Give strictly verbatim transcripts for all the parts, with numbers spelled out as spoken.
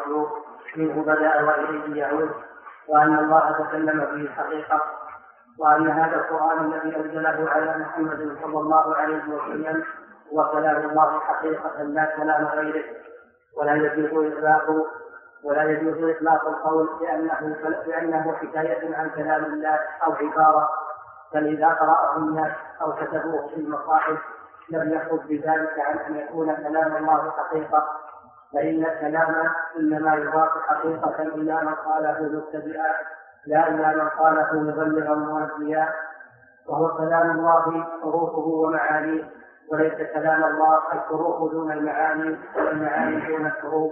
مخلوق منه بدأ وإليه يعود، وأن الله تكلم به الحقيقة، وأن هذا القرآن الذي أنزله على محمد صلى الله عليه وسلم هو كلام الله حقيقة لا كلام غيره، ولا يجوز إطلاقه ولا يجوز إطلاق القول بأنه بأنه حكاية عن كلام الله أو عبارة، بل إذا قرأه الناس أو كتبوه في المصاحف لم يخرج بذلك عن أن يكون كلام الله حقيقة، فإن الكلام إنما يضاف حقيقة إلى من قاله مبتدئا لا إلى من قاله مبلغا مؤديا، وهو كلام الله حروفه ومعانيه، وليس كلام الله الحروف دون المعاني والمعاني دون الحروف.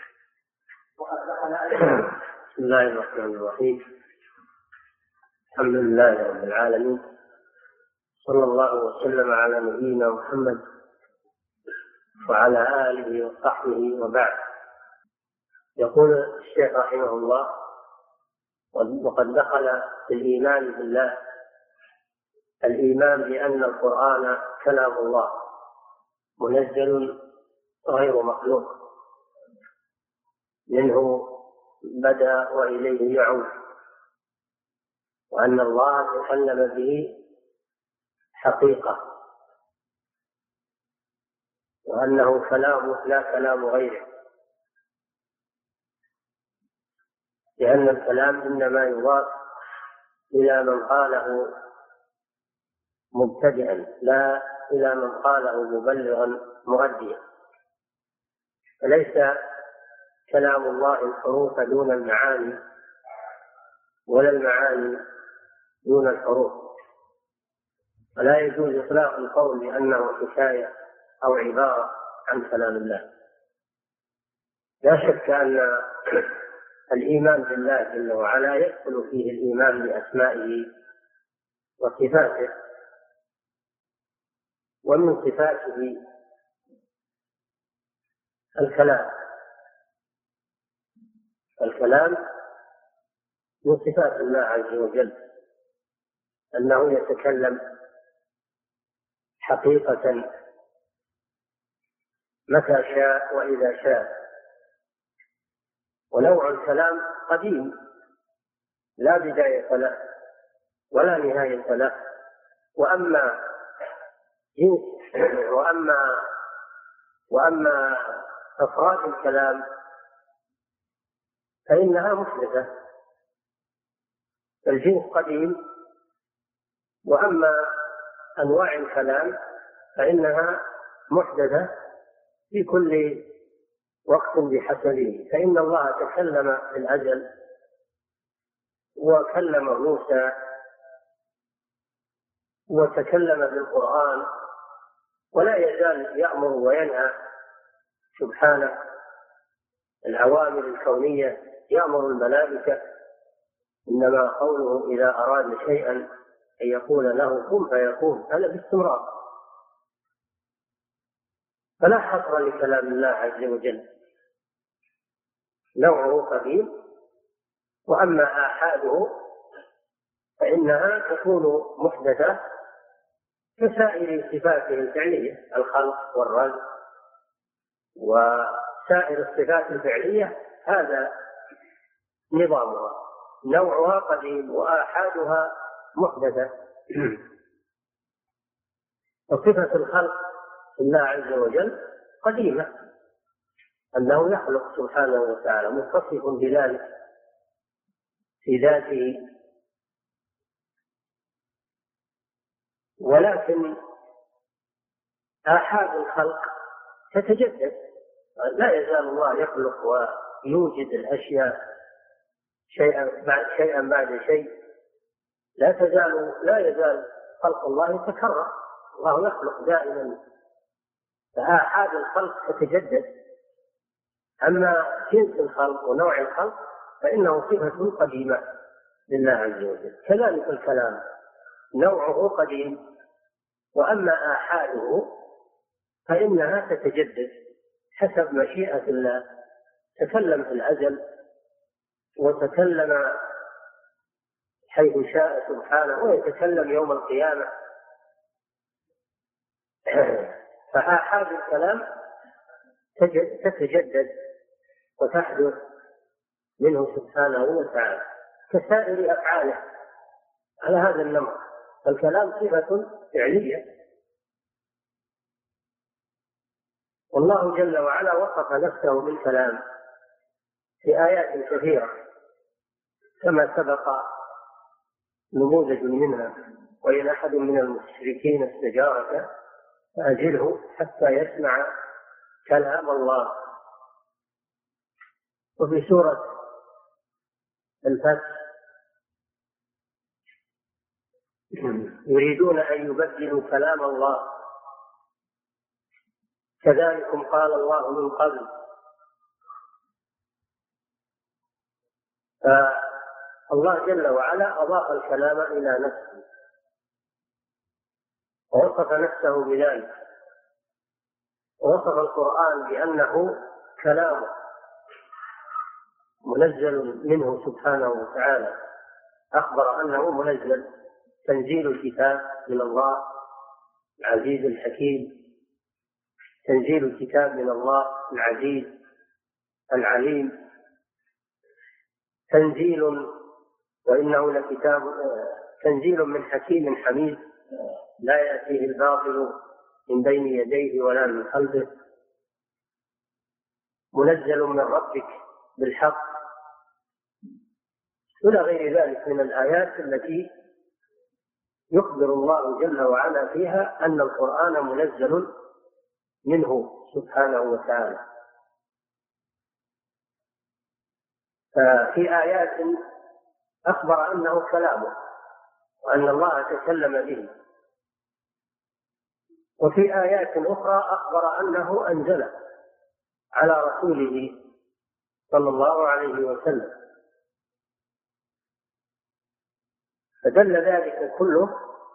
بسم الله الرحمن الرحيم. الحمد لله رب العالمين، صلى الله وسلم على نبينا محمد وعلى آله وصحبه وبعد. يقول الشيخ رحمه الله: وقد دخل في الإيمان بالله الإيمان بأن القرآن كلام الله منزل غير مخلوق، منه بدأ وإليه يعود، وأن الله تكلم به حقيقة، وأنه كلامه لا كلام غيره، لأن الكلام إنما يضاف إلى من قاله مبتدئا لا إلى من قاله مبلغا مؤديا، فليس كلام الله الحروف دون المعاني ولا المعاني دون الحروف، فلا يجوز إطلاق القول بأنه حكاية أو عبارة عن كلام الله. لا شك أن الإيمان بالله جل وعلا يدخل فيه الإيمان بأسمائه وصفاته، ومن صفاته الكلام. الكلام من صفات الله عز وجل، أنه يتكلم حقيقة متى شاء وإذا شاء. ونوع الكلام قديم لا بداية له ولا نهاية له، وأما وأما وأما أفراد الكلام فإنها محدثة، الجنس قديم، وأما أنواع الكلام فإنها محدثة في كل وقت بحسبه. فإن الله تكلم في الأزل وكلم موسى وتكلم بالقرآن، ولا يزال يأمر وينهى سبحانه الأوامر الكونية، يأمر الملائكة، إنما قوله إذا أراد شيئا أن يقول له كن فيكون، هذا باستمرار، فلا حصر لكلام الله عز وجل، نوعه قديم. وأما آحاده فإنها تكون محدثة كسائر صفاته الفعلية، الخلق والرزق وسائر الصفات الفعلية، هذا نظامها، نوعها قديم وآحادها محدثة. وصفة الخلق الله عز وجل قديمة، أنه يخلق سبحانه وتعالى، متصف بذلك في ذاته، ولكن آحاد الخلق تتجدد، لا يزال الله يخلق ويوجد الأشياء شيئا بعد شيئا بعد شيء، لا تزال لا يزال خلق الله يتكرر، الله يخلق دائما، فآحاد الخلق تتجدد. أما جنس الخلق ونوع الخلق فإنه صفة قديمة لله عز وجل. كذلك الكلام نوعه قديم، وأما آحاده فإنها تتجدد حسب مشيئة الله. تكلم في الأزل وتكلم حيث شاء سبحانه، ويتكلم يوم القيامة. فآحاد الكلام تتجدد وتحدث منه سبحانه وتعالى كسائر أفعاله على هذا النمط. فالكلام صفة فعلية، والله جل وعلا وصف نفسه بالكلام في آيات كثيرة كما سبق نموذج منها: وإن أحد من المشركين استجارك فأجره حتى يسمع كلام الله. وفي سورة الفتح: يريدون أن يبدلوا كلام الله كذلكم قال الله من قبل. فالله جل وعلا أضاف الكلام إلى نفسه ووصف نفسه بذلك، ووصف القرآن بأنه كلامه منزل منه سبحانه وتعالى. أخبر أنه منزل، تنزيل الكتاب من الله العزيز الحكيم، تنزيل الكتاب من الله العزيز العليم، تنزيل وإنه لكتاب تنزيل من حكيم حميد لا يأتيه الباطل من بين يديه ولا من خلفه، منزل من ربك بالحق، إلى غير ذلك من الآيات التي يخبر الله جل وعلا فيها أن القرآن منزل منه سبحانه وتعالى. ففي آيات أخبر أنه كلامه وأن الله تكلم به، وفي آيات أخرى أخبر أنه أنزله على رسوله صلى الله عليه وسلم. فدل ذلك كله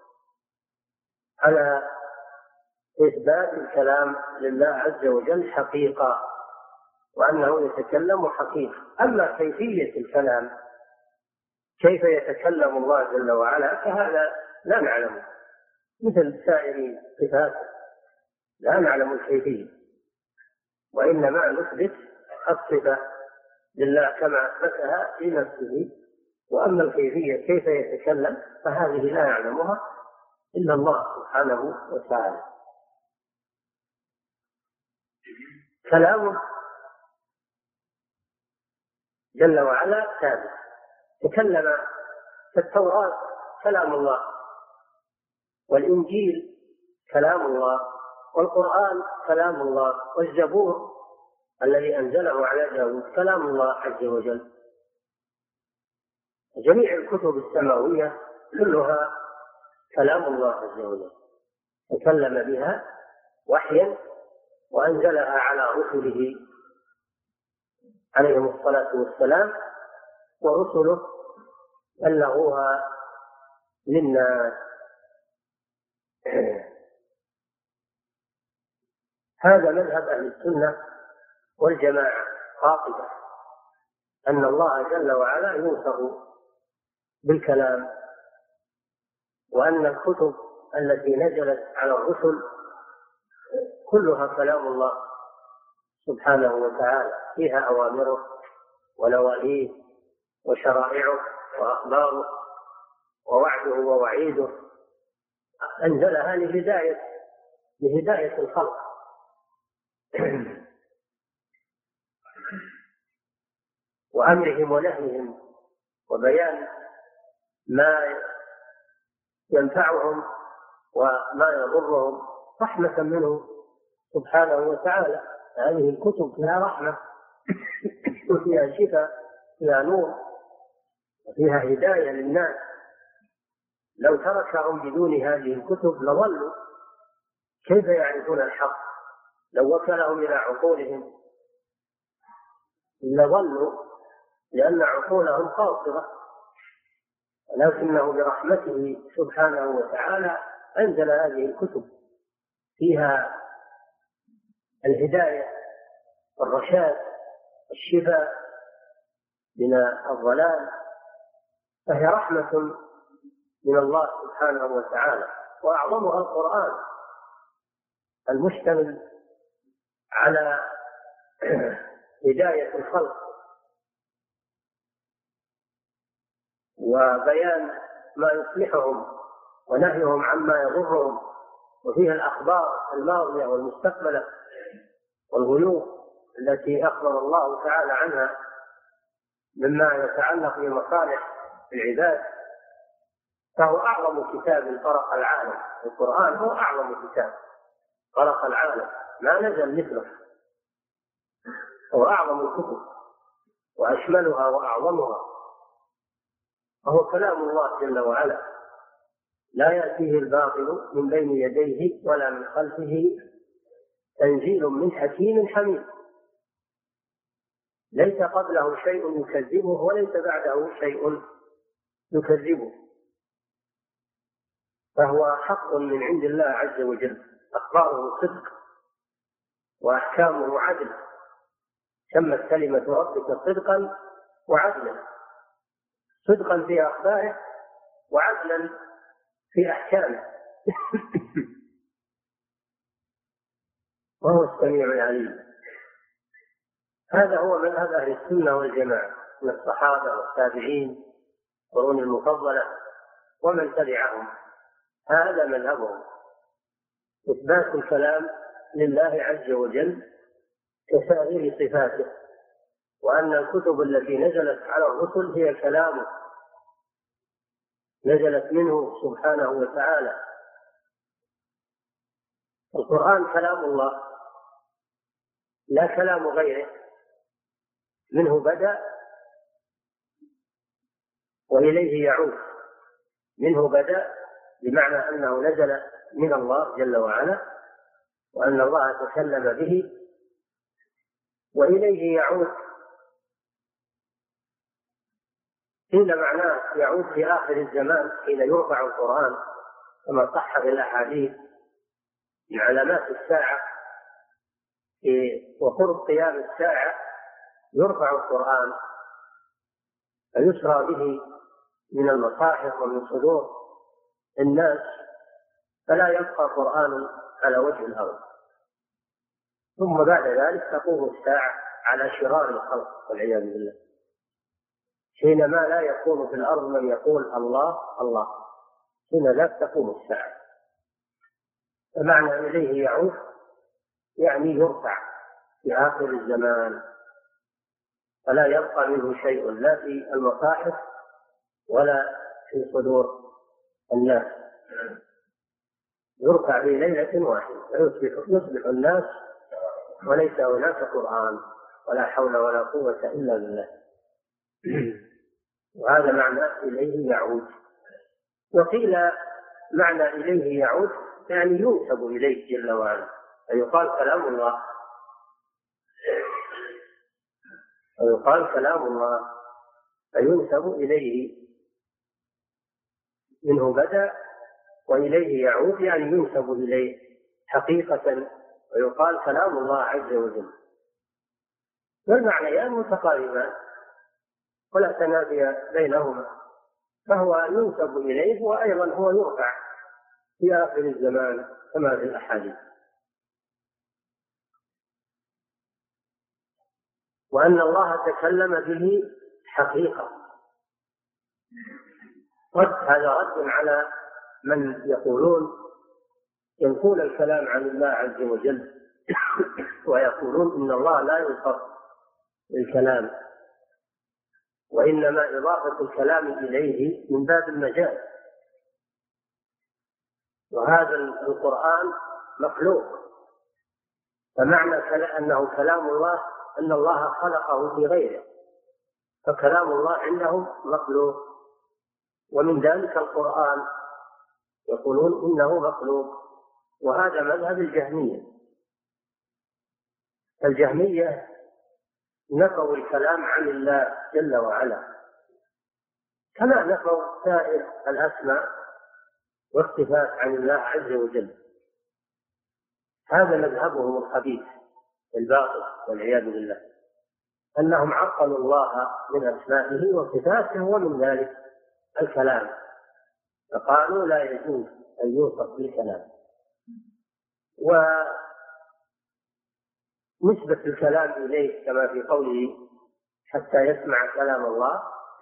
على إثبات الكلام لله عز وجل حقيقة، وأنه يتكلم حقيقة. أما كيفية الكلام، كيف يتكلم الله جل وعلا، فهذا لا نعلمه، مثل سائر صفاته لا نعلم الكيفية، وإنما نثبت الصفة لله كما أثبتها في نفسه. وأما الكيفية كيف يتكلم فهذه لا يعلمها إلا الله سبحانه وتعالى. كلامه جل وعلا ثابت، تكلم في التوراة كلام الله، والإنجيل كلام الله، والقرآن كلام الله، والزبور الذي أنزله على داود كلام الله عز وجل. جميع الكتب السماوية كلها كلام الله عز وجل، تكلم بها وحيا وأنزلها على رسله عليهم الصلاة والسلام، ورسله بلغوها للناس. هذا مذهب أهل السنة والجماعة قاطبة، أن الله جل وعلا يوصف بالكلام، وأن الكتب التي نزلت على الرسل كلها كلام الله سبحانه وتعالى، فيها أوامره ونواهيه وشرائعه وأخباره ووعده ووعيده، أنزلها لهداية لهداية الخلق. وأمرهم ونهيهم وبيان ما ينفعهم وما يضرهم رحمة منه سبحانه وتعالى. هذه الكتب فيها رحمة وفيها شفاء، فيها نور، وفيها هداية للناس. لو تركهم بدون هذه الكتب لضلوا، كيف يعرفون الحق؟ لو وكلهم إلى عقولهم لضلوا، لأن عقولهم قاصرة، ولكنه برحمته سبحانه وتعالى أنزل هذه الكتب فيها الهداية والرشاد والشفاء من الضلال، فهي رحمة من الله سبحانه وتعالى. وأعظمها القرآن المشتمل على هداية الخلق وبيان ما يصلحهم ونهيهم عما يضرهم، وفيها الأخبار الماضية والمستقبلة والغيوب التي أخبر الله تعالى عنها مما يتعلق بمصالح العباد. فهو أعظم كتاب فرق العالم، القرآن هو أعظم كتاب فرق العالم، ما نزل مثله، هو أعظم الكتب وأشملها وأعظمها، وهو كلام الله جل وعلا لا يأتيه الباطل من بين يديه ولا من خلفه، تنزيل من حكيم حميد، ليس قبله شيء يكذبه وليس بعده شيء يكذبه، فهو حق من عند الله عز وجل، أخباره صدق وأحكامه عدل، تمت كلمة ربك صدقا وعدلا، صدقا في أخباره وعدلا في أحكامه وهو السميع العليم. هذا هو مذهب أهل السنة والجماعة من الصحابة والتابعين والقرون المفضلة ومن تبعهم، هذا مذهبهم، إثبات الكلام لله عز وجل كسائر صفاته، وأن الكتب التي نزلت على الرسل هي كلامه، نزلت منه سبحانه وتعالى. القرآن كلام الله لا كلام غيره، منه بدأ وإليه يعود، منه بدأ بمعنى أنه نزل من الله جل وعلا وأن الله تكلم به، وإليه يعود قيل معناه يعود في آخر الزمان حين يرفع القرآن كما صح في الأحاديث من علامات الساعة وقرب قيام الساعة يرفع القرآن فيسرى به من المصاحف ومن صدور الناس، فلا يبقى قرآن على وجه الأرض، ثم بعد ذلك تقوم الساعة على شرار الخلق والعياذ بالله، حينما لا يكون في الأرض من يقول الله الله، حين ذاك تقوم الساعة. فمعنى إليه يعود يعني يرفع في آخر الزمان، فلا يبقى منه شيء لا في المصاحف ولا في صدور الناس، يرفع في ليلة واحدة فيصبح يصبح الناس وليس هناك قرآن ولا حول ولا قوة إلا بالله. وهذا معنى إليه يعود. وقيل معنى إليه يعود يعني ينسب إليه جل وعلا، فيقال كلام الله، فيقال كلام الله فينسب إليه، منه بدأ وإليه يعود يعني ينسب إليه حقيقة، ويقال كلام الله عز وجل، والمعنيان متقاربان ولا تنافي بينهما، فهو ينسب إليه وأيضا هو يرفع في آخر الزمان كما في الأحاديث. وأن الله تكلم به حقيقة، رد هذا رد على من يقولون ينقول الكلام عن الله عز وجل ويقولون إن الله لا يوصف بالكلام، وإنما إضافة الكلام إليه من باب المجاز، وهذا القرآن مخلوق، فمعنى أنه كلام الله أن الله خلقه في غيره، فكلام الله عندهم مخلوق، ومن ذلك القرآن يقولون إنه مخلوق، وهذا مذهب الجهمية. الجهمية نفوا الكلام عن الله جل وعلا كما نفوا سائر الأسماء والصفات عن الله عز وجل، هذا مذهبهم الخبيث الباطل والعياذ بالله، أنهم عطلوا الله من أسمائه وصفاته ومن ذلك الكلام، فقالوا لا يجوز أن يوصف بالكلام. نسبة الكلام إليه كما في قوله حتى يسمع كلام الله،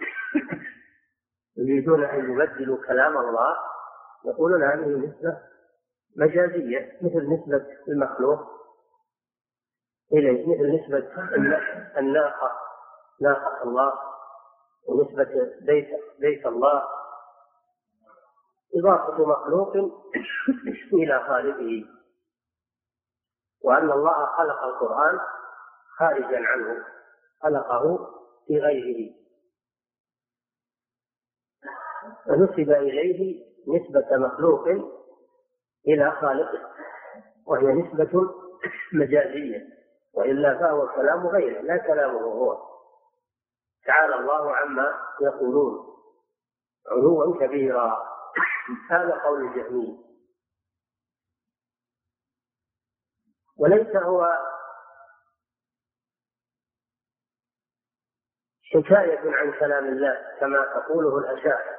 يريدون أن يبدلوا كلام الله، يقولون هذه نسبة مجازية مثل نسبة المخلوق إليه، مثل نسبة الناقة ناقة الله، ونسبة بيت, بيت الله، إضافة مخلوق إلى خالقه. وأن الله خلق القرآن خارجا عنه، خلقه في غيره، فنسب إليه نسبة مخلوق إلى خالقه، وهي نسبة مجازية، وإلا فهو كلام غيره لا كلامه هو. تعالى الله عما يقولون علوا كبيرا. هذا قول الجهمية. وليس هو حكاية عن كلام الله كما تقوله الأشاعرة،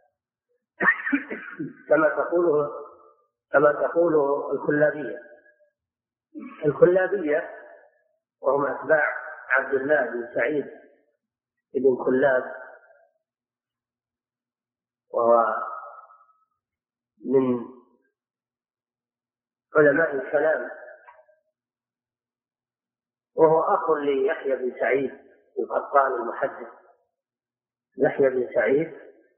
كما تقوله كما تقوله الكلابية. الكلابية وهم أتباع عبد الله بن سعيد بن كلاب، وهو من علماء الكلام، وهو أخ ليحيى بن سعيد القطان المحدث. يحيى بن سعيد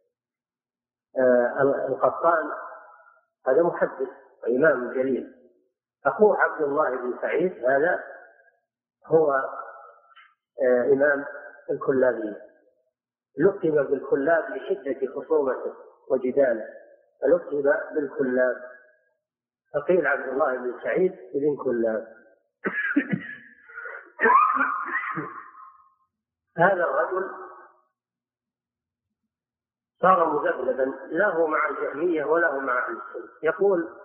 آه القطان هذا محدث وإمام جليل. أخوه عبد الله بن سعيد هذا هو آه إمام الكلابية، لقب بالكلاب لشدة خصومته وجداله، فلقب بالكلاب، فقيل عبد الله بن سعيد بن كلاب. هذا الرجل صار مذبذبا، له مع الجهمية وله مع أهل السنة. يقول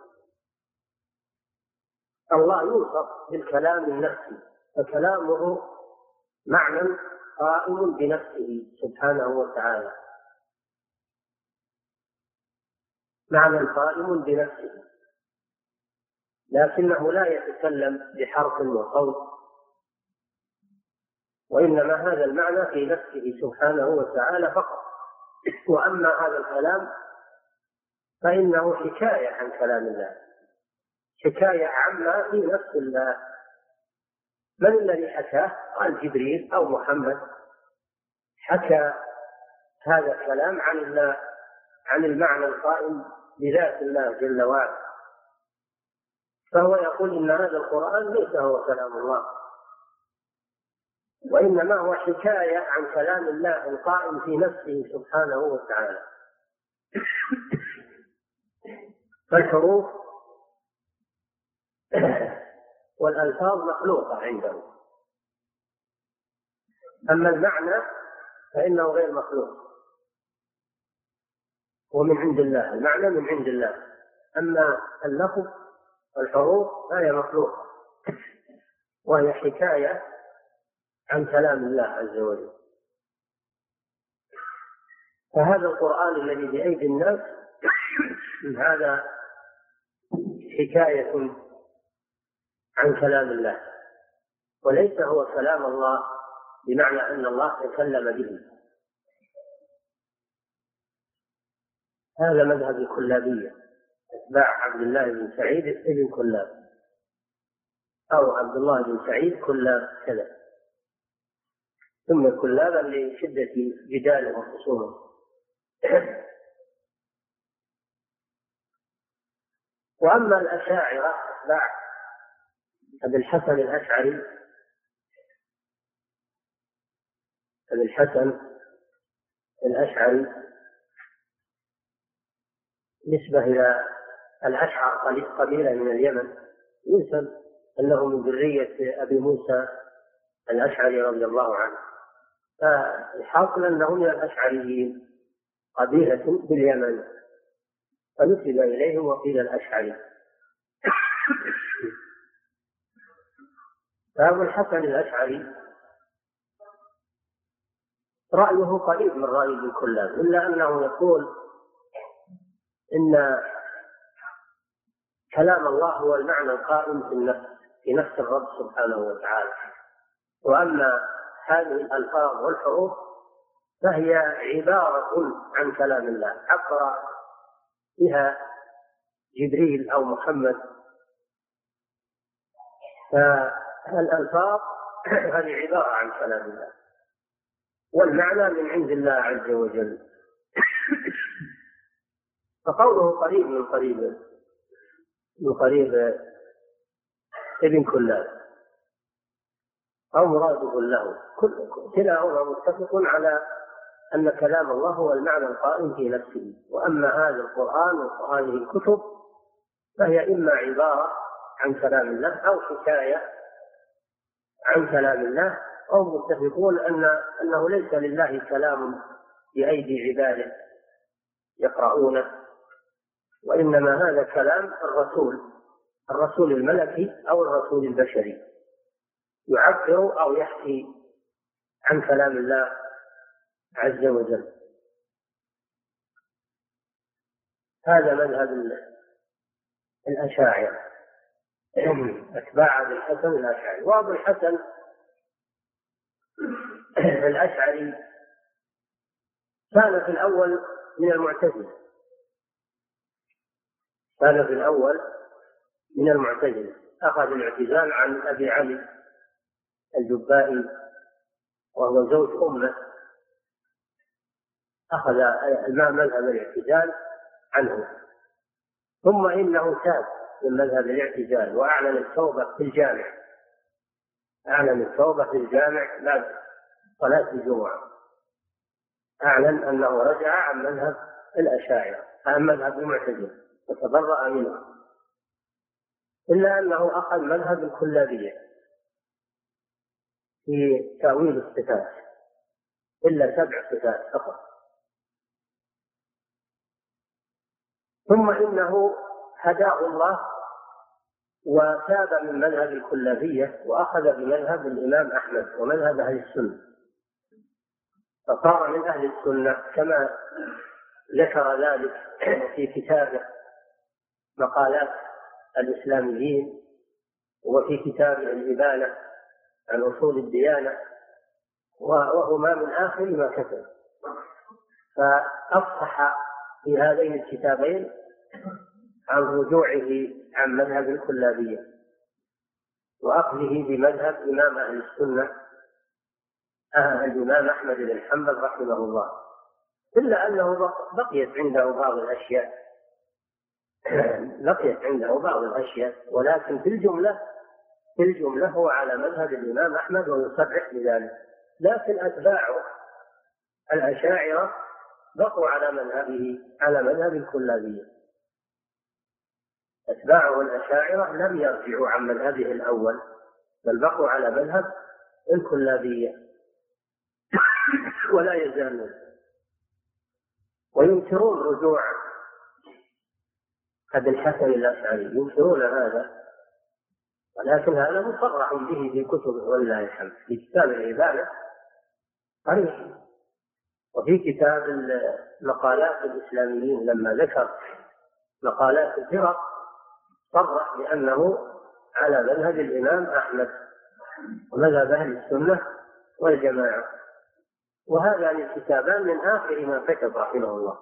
الله يوصف بالكلام النفسي، فكلامه معنى قائم بنفسه سبحانه وتعالى، معنى قائم بنفسه، لكنه لا يتكلم بحرف وصوت، وإنما هذا المعنى في نفسه سبحانه وتعالى فقط. وأما هذا الكلام فإنه حكاية عن كلام الله، حكاية عما في نفس الله. من الذي حكاه؟ قال جبريل أو محمد حكى هذا الكلام عن الله، عن المعنى القائم بذات الله جل وعلا. فهو يقول إن هذا القرآن ليس هو كلام الله، وإنما هو حكاية عن كلام الله القائم في نفسه سبحانه وتعالى. فالحروف والألفاظ مخلوقة عنده، أما المعنى فإنه غير مخلوق، ومن عند الله، المعنى من عند الله. أما اللفظ والحروف فهي مخلوقة، وهي حكاية عن كلام الله عز وجل. فهذا القرآن الذي بأيدي الناس هذا حكاية عن كلام الله، وليس هو كلام الله بمعنى أن الله تكلم به. هذا مذهب الكلابية، أتباع عبد الله بن سعيد بن كلاب، أو عبد الله بن سعيد كلاب كذا، ثم كلابا لشدة جداله وخصومه. وأما الأشاعرة أتباع أبي الحسن الأشعري، أبي الحسن الأشعري نسبة إلى الأشعر، قبيلة من اليمن، ينسب أنه من ذرية أبي موسى الأشعري رضي الله عنه، فالحاصل أنه من الأشعريين، قبيلة باليمن، فنسب إليهم وقيل الأشعري. فأبو الحسن الأشعري رأيه قريب من رأي ابن كلاب، إلا أنه يقول إن كلام الله هو المعنى القائم في النفس، في نفس الرب سبحانه وتعالى. وأما هذه الألفاظ والحروف فهي عبارة عن كلام الله عبر بها جبريل أو محمد. فالألفاظ هذه عبارة عن كلام الله، والمعنى من عند الله عز وجل. فقوله قريب من قريب من قريب ابن كلاب أو مراده له، كلاهما متفق على أن كلام الله هو المعنى القائم في نفسه. وأما هذا القرآن وهذه الكتب فهي إما عبارة عن كلام الله أو حكاية عن كلام الله، أو متفقون أن أنه ليس لله كلام بأيدي عباده يقرؤونه، وإنما هذا كلام الرسول الرسول الملكي أو الرسول البشري يعبر أو يحكي عن كلام الله عز وجل. هذا مذهب الأشاعرة، أتباع أبي الحسن الأشعري. وأبو الحسن الأشعري كان في الأول من المعتزلة كان في الأول من المعتزلة أخذ الاعتزال عن أبي علي الجبائي وهو زوج أمه، أخذ مذهب الاعتزال عنه، ثم إنه تاب من مذهب الاعتزال وأعلن التوبة في الجامع أعلن التوبة في الجامع بعد صلاة الجمعة، أعلن أنه رجع عن مذهب الأشاعرة عن مذهب المعتزلة وتبرأ منه، إلا أنه أخذ مذهب الكلابية في تأويل الصفات إلا سبع صفات فقط. ثم إنه هداه الله وتاب من مذهب الكلابية وأخذ بمذهب الإمام أحمد ومذهب أهل السنة، فصار من أهل السنة كما ذكر ذلك في كتابه مقالات الإسلاميين، وفي كتابه الإبانة عن أصول الديانة، وهما من آخر ما كتب. فأفصح في هذين الكتابين عن رجوعه عن مذهب الكلابية وأخذه بمذهب إمام أهل السنة الإمام أحمد بن حنبل رحمه الله، إلا أنه بقيت عنده بعض الأشياء بقيت عنده بعض الأشياء ولكن في الجملة في الجملة هو على مذهب الإمام أحمد ويصرح بذلك. لكن أتباعه الأشاعرة بقوا على مذهبه على مذهب الكلابية. أتباعه الأشاعرة لم يرجعوا عن مذهبه الأول بل بقوا على مذهب الكلابية ولا يزالون، وينكرون رجوع أبي الحسن الأشعري، ينكرون هذا، ولكن هذا مصرح به في كتبه ولله الحمد، في كتاب العبادة صريح، وفي كتاب مقالات الإسلاميين لما ذكر مقالات الفرق صرح بأنه على مذهب الإمام أحمد ومذهب أهل السنة والجماعة. وهذان الكتابان من آخر ما كتب رحمه الله.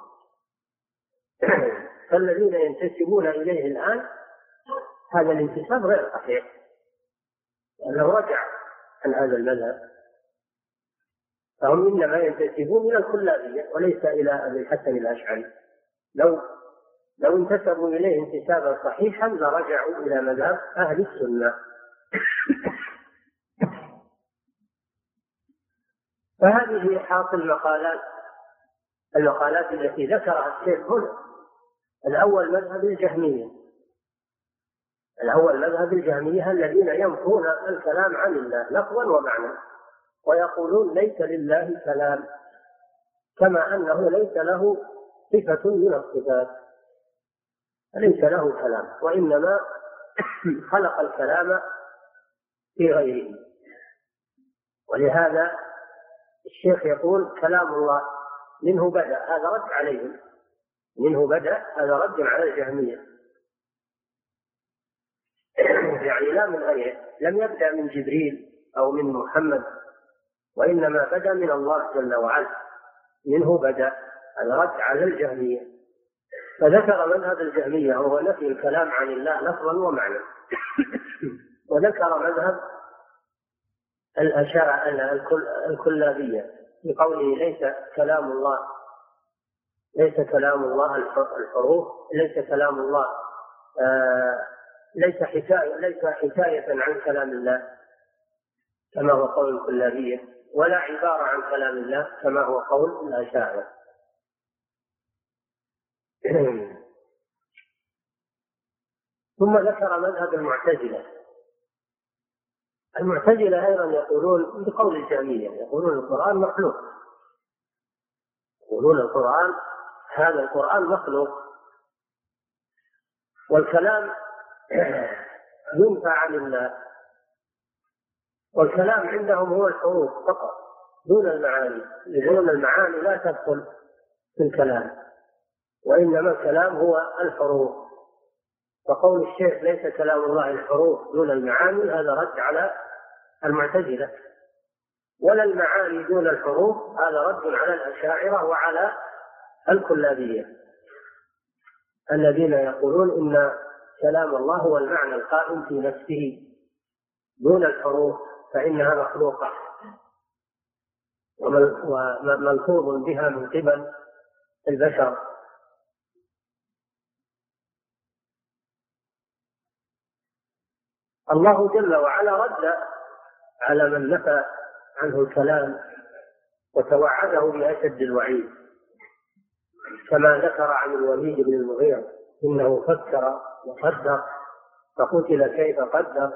فالذين ينتسبون إليه الآن هذا الانتساب غير صحيح، لأنه رجع عن هذا المذهب، فهم إنما ينتسبون إلى الكلابية وليس إلى أبي الحسن الأشعري. لو لو انتسبوا إليه انتسابا صحيحا لرجعوا إلى مذهب أهل السنة. فهذه حاصل مقالات المقالات التي ذكرها الشيخ هنا. الأول مذهب الجهمية الأول مذهب الجهمية الذين ينفون الكلام عن الله لفظا ومعنى، ويقولون ليس لله كلام، كما أنه ليس له صفة من الصفات، ليس له كلام، وإنما خلق الكلام في غيره. ولهذا الشيخ يقول كلام الله منه بدأ، هذا رد عليهم، منه بدأ هذا رد على الجهمية. يعني لا من غيره، لم يبدأ من جبريل أو من محمد، وإنما بدأ من الله جل وعلا، منه بدأ الرد على الجهمية. فذكر مذهب الجهمية وهو نفي الكلام عن الله لفظا ومعنى، وذكر مذهب الأشاعرة الكلابية بقوله ليس كلام الله ليس كلام الله الحروف، ليس كلام الله آه ليس حكاية ليس حكاية عن كلام الله كما هو قول الكلابية، ولا عبارة عن كلام الله كما هو قول الأشاعرة. ثم ذكر مذهب المعتزلة. المعتزلة أيضا يقولون بقول الجهمية، يقولون القرآن مخلوق، يقولون القرآن هذا القرآن مخلوق، والكلام ينفى عن الله، والكلام عندهم هو الحروف فقط دون المعاني، يقولون المعاني لا تدخل في الكلام، وإنما الكلام هو الحروف. فقول الشيخ ليس كلام الله الحروف دون المعاني هذا رد على المعتزلة، ولا المعاني دون الحروف هذا رد على الأشاعرة وعلى الكلابية الذين يقولون إن كلام الله هو المعنى القائم في نفسه دون الحروف فإنها مخلوقة وملفوظ بها من قبل البشر. الله جل وعلا رد على من نفى عنه الكلام وتوعده بأشد الوعيد، كما ذكر عن الوليد بن المغيرة إنه فكر وقدر فقتل كيف قدر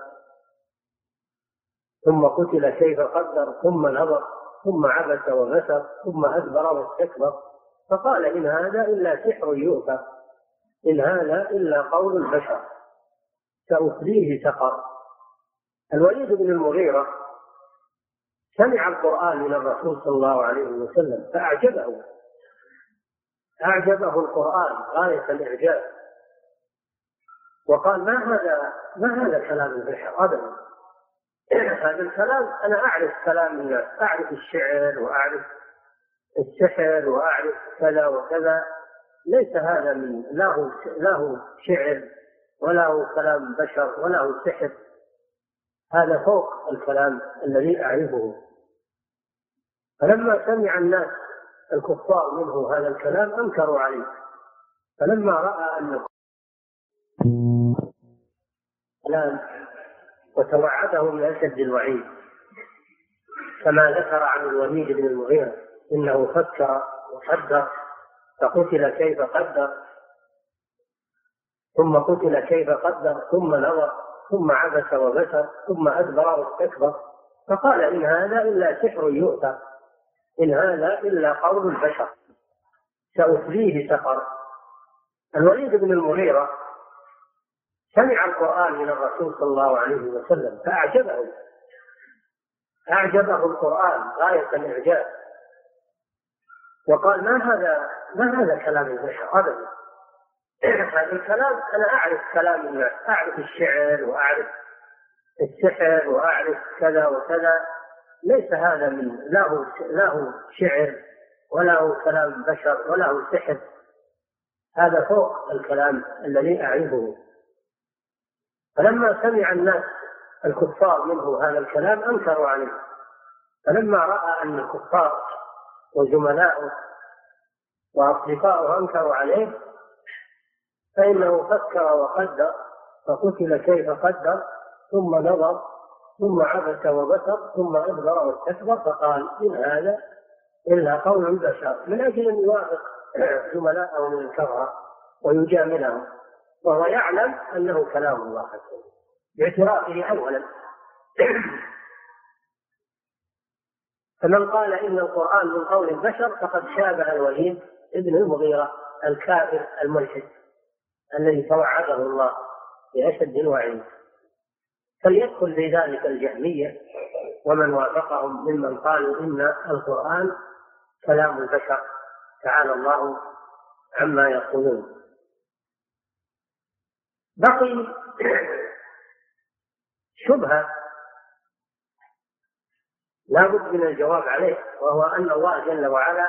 ثم قتل كيف قدر ثم نظر ثم عبس وبسر ثم أدبر واستكبر فقال إن هذا إلا سحر يؤثر إن هذا إلا قول البشر سأصليه سقر. الوليد بن المغيرة سمع القرآن من الرسول صلى الله عليه وسلم فأعجبه أعجبه القرآن غاية الإعجاب، وقال ما هذا ما هذا كلام البشر أبدا، هذا الكلام أنا أعرف كلام الناس، أعرف الشعر وأعرف السحر وأعرف كذا وكذا، ليس هذا من له له شعر ولا هو كلام بشر ولا هو سحر، هذا فوق الكلام الذي أعرفه. فلما سمع الناس الكفار منه هذا الكلام أنكروا عليه، فلما رأى أن الكلام وتوعده بأشد الوعيد كما ذكر عن الوليد بن المغيرة إنه فكر وقدر فقتل كيف قدر ثم قتل كيف قدر ثم نظر ثم عبس وبسر ثم أدبر واستكبر فقال إن هذا إلا سحر يؤثر إن هذا إلا قول البشر سأصليه سقر. الوليد بن المغيرة سمع القرآن من الرسول صلى الله عليه وسلم فأعجبه أعجبه القرآن غاية الإعجاب، وقال ما هذا ما هذا كلام البشر أبدا، هذا الكلام أنا أعرف كلام الناس، أعرف الشعر وأعرف السحر وأعرف كذا وكذا، ليس هذا من له له شعر ولا هو كلام بشر ولا هو سحر، هذا فوق الكلام الذي أعرفه. فلما سمع الناس الكفار منه هذا الكلام أنكروا عليه، فلما رأى أن الكفار وزملاؤه وأصدقاؤه أنكروا عليه فإنه فكر وقدر فقتل كيف قدر ثم نظر ثم عبس وبسر ثم أدبر واستكبر فقال إن هذا إلا قول البشر، من أجل أن يوافق زملاءه من الكفرة ويجاملهم وهو يعلم أنه كلام الله عز وجل باعترافه أولا. فمن قال إن القرآن من قول البشر فقد شابه الوليد ابن المغيرة الكافر الملحد الذي توعده الله بأشد الوعيد. فليدخل في ذلك الجهمية ومن وافقهم ممن قالوا إن القرآن كلام البشر تعالى الله عما يقولون. بقي شبهة لا بد من الجواب عليه، وهو أن الله جل وعلا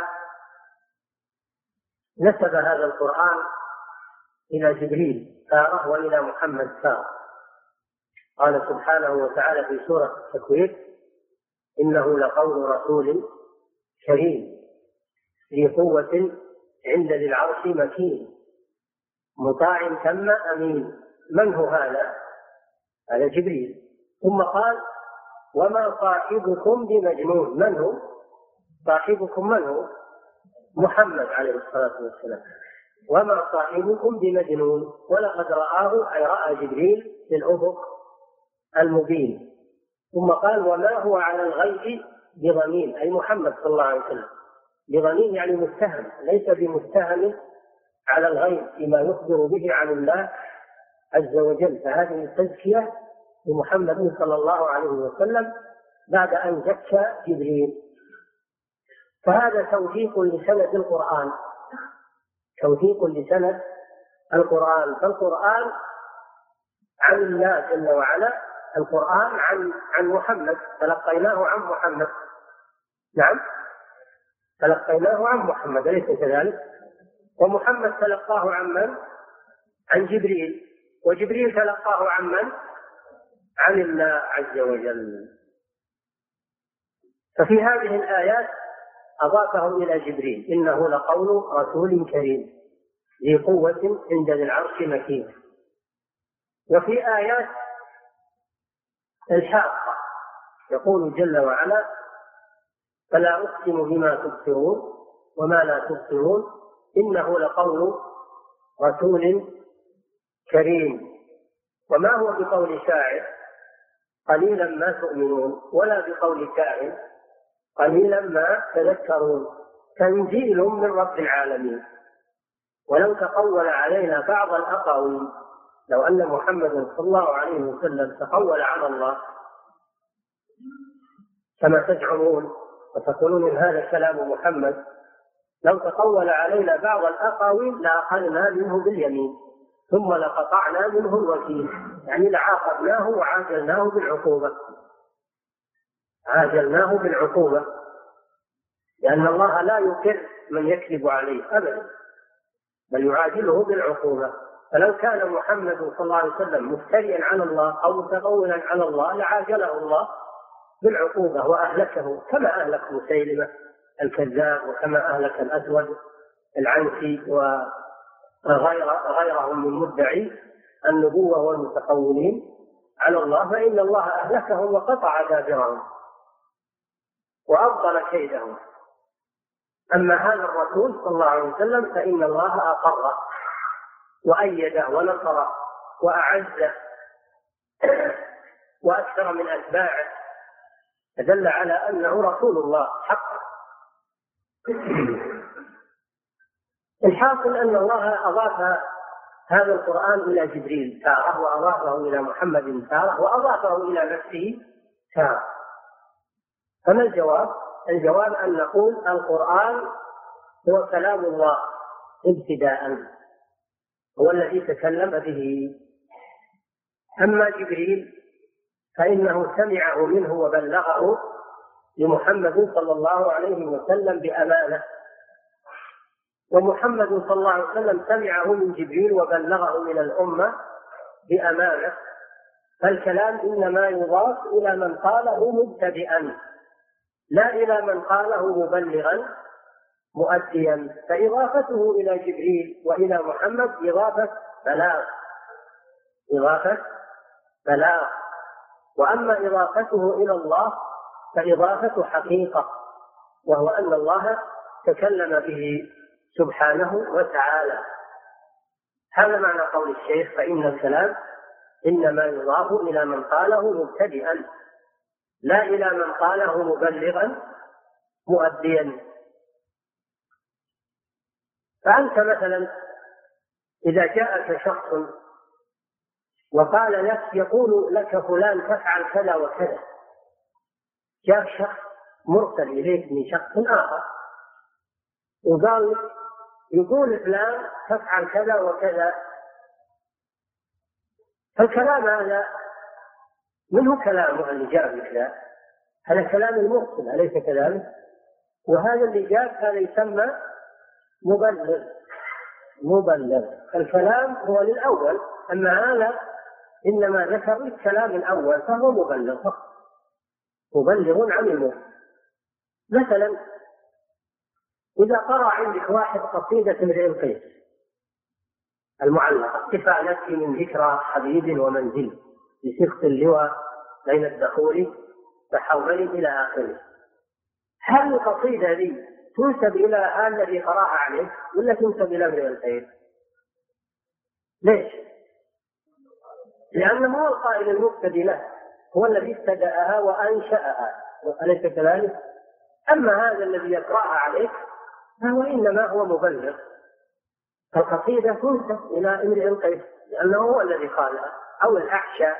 نسب هذا القرآن إلى جبريل تارة وإلى محمد تارة. قال سبحانه وتعالى في سورة التكوير: إنه لقول رسول كريم ذي قوة عند ذي العرش مكين مطاع ثم أمين. من هو هذا؟ هذا جبريل. ثم قال: وما صاحبكم بمجنون. من هو صاحبكم؟ من هو؟ محمد عليه الصلاة والسلام. وما صاحبكم بمجنون ولقد رآه، أي رأى جبريل في الأفق المبين. ثم قال: وما هو على الغيب بضنين، أي محمد صلى الله عليه وسلم. بضنين يعني متهم، ليس بمتهم على الغيب فيما يخبر به عن الله عز وجل. فهذه التزكية لمحمد صلى الله عليه وسلم بعد أن زكى جبريل. فهذا توثيق لسند القرآن، توثيق لسند القرآن. فالقرآن عن الله جل وعلا، القرآن عن عن محمد، تلقيناه عن محمد. نعم، تلقيناه عن محمد، أليس كذلك؟ ومحمد تلقاه عن من؟ عن جبريل. وجبريل تلقاه عن من؟ عن الله عز وجل. ففي هذه الآيات أضافه إلى جبريل: إنه لقول رسول كريم ذي قوة عند ذي العرش مكين. وفي آيات الحاقة يقول جل وعلا: فلا أقسم بما تبصرون وما لا تبصرون إنه لقول رسول كريم. وما هو بقول شاعر قليلا ما تؤمنون ولا بقول كاهن قليلا ما تذكرون، تنزيل من رب العالمين. ولو تقول علينا بعض الأقاويل، لو أن محمد صلى الله عليه وسلم تقول على الله كما تزعمون وتقولون إن هذا كلام محمد، لو تقول علينا بعض الأقاويل لأخذنا منه باليمين ثم لقطعنا منه الوتين، يعني لعاقبناه وعاجلناه بالعقوبة، عاجلناه بالعقوبة، لأن الله لا يقر من يكذب عليه أبدا، بل يعاجله بالعقوبة. فلو كان محمد صلى الله عليه وسلم مفتريا على الله أو متقولا على الله لعاجله الله بالعقوبة وأهلكه، كما أهلك مسيلمة الكذاب، وكما أهلك الأسود العنسي وغيرهم من مدعي النبوة والمتقولين على الله، فإن الله أهلكهم وقطع دابرهم وأبطل كيدهم. أما هذا الرسول صلى الله عليه وسلم فإن الله أقره وأيده ونصره وأعزه وأكثر من أتباعه، فدل على أنه رسول الله حقا. الحاصل أن الله أضاف هذا القرآن إلى جبريل تارة، وأضافه إلى محمد تارة، وأضافه إلى نفسه تارة. فما الجواب؟ الجواب أن نقول القرآن هو كلام الله ابتداء، هو الذي تكلم به. أما جبريل فإنه سمعه منه وبلغه لمحمد صلى الله عليه وسلم بأمانة، ومحمد صلى الله عليه وسلم سمعه من جبريل وبلغه إلى الأمة بأمانة. فالكلام إنما يضاف إلى من قاله مبتدئا، لا إلى من قاله مبلغا مؤديا. فإضافته إلى جبريل وإلى محمد إضافة بلاغ، إضافة بلاغ. وأما إضافته إلى الله فإضافة حقيقة، وهو أن الله تكلم به سبحانه وتعالى. هذا معنى قول الشيخ: فإن الكلام إنما يضاف إلى من قاله مبتدئا، لا إلى من قاله مبلغا مؤديا. فأنت مثلا إذا جاءك شخص وقال لك، يقول لك فلان تفعل كذا وكذا، جاء شخص مرسل إليك من شخص آخر وقال يقول فلان تفعل كذا وكذا، فالكلام هذا منه كلامه اللي جاء بكذا، هذا كلام المرسل أليس كذلك؟ وهذا اللي جاء هذا يسمى مبلغ. مبلغ الكلام هو للأول، أما هذا إنما ذكر الكلام الأول فهو مبلغ فقط، مبلغ عن المرسل. مثلا إذا قرأ عندك واحد قصيدة امرئ القيس المعلقة استفادت من ذكرى حبيب ومنزل بسخط اللواء بين الدخول فحولين إلى آخره، هل القصيدة دي تنسب إلى الذي قرأها عليه ولا تنسب إلى امرئ القيس؟ ليش؟ لأنه هو القائل المبتدئ له، هو الذي ابتدأها وأنشأها أليس كذلك؟ أما هذا الذي يقرأها عليك فهو إنما هو مبلغ. القصيدة تنسب إلى امرئ القيس لأنه هو الذي قالها، أو الأحشى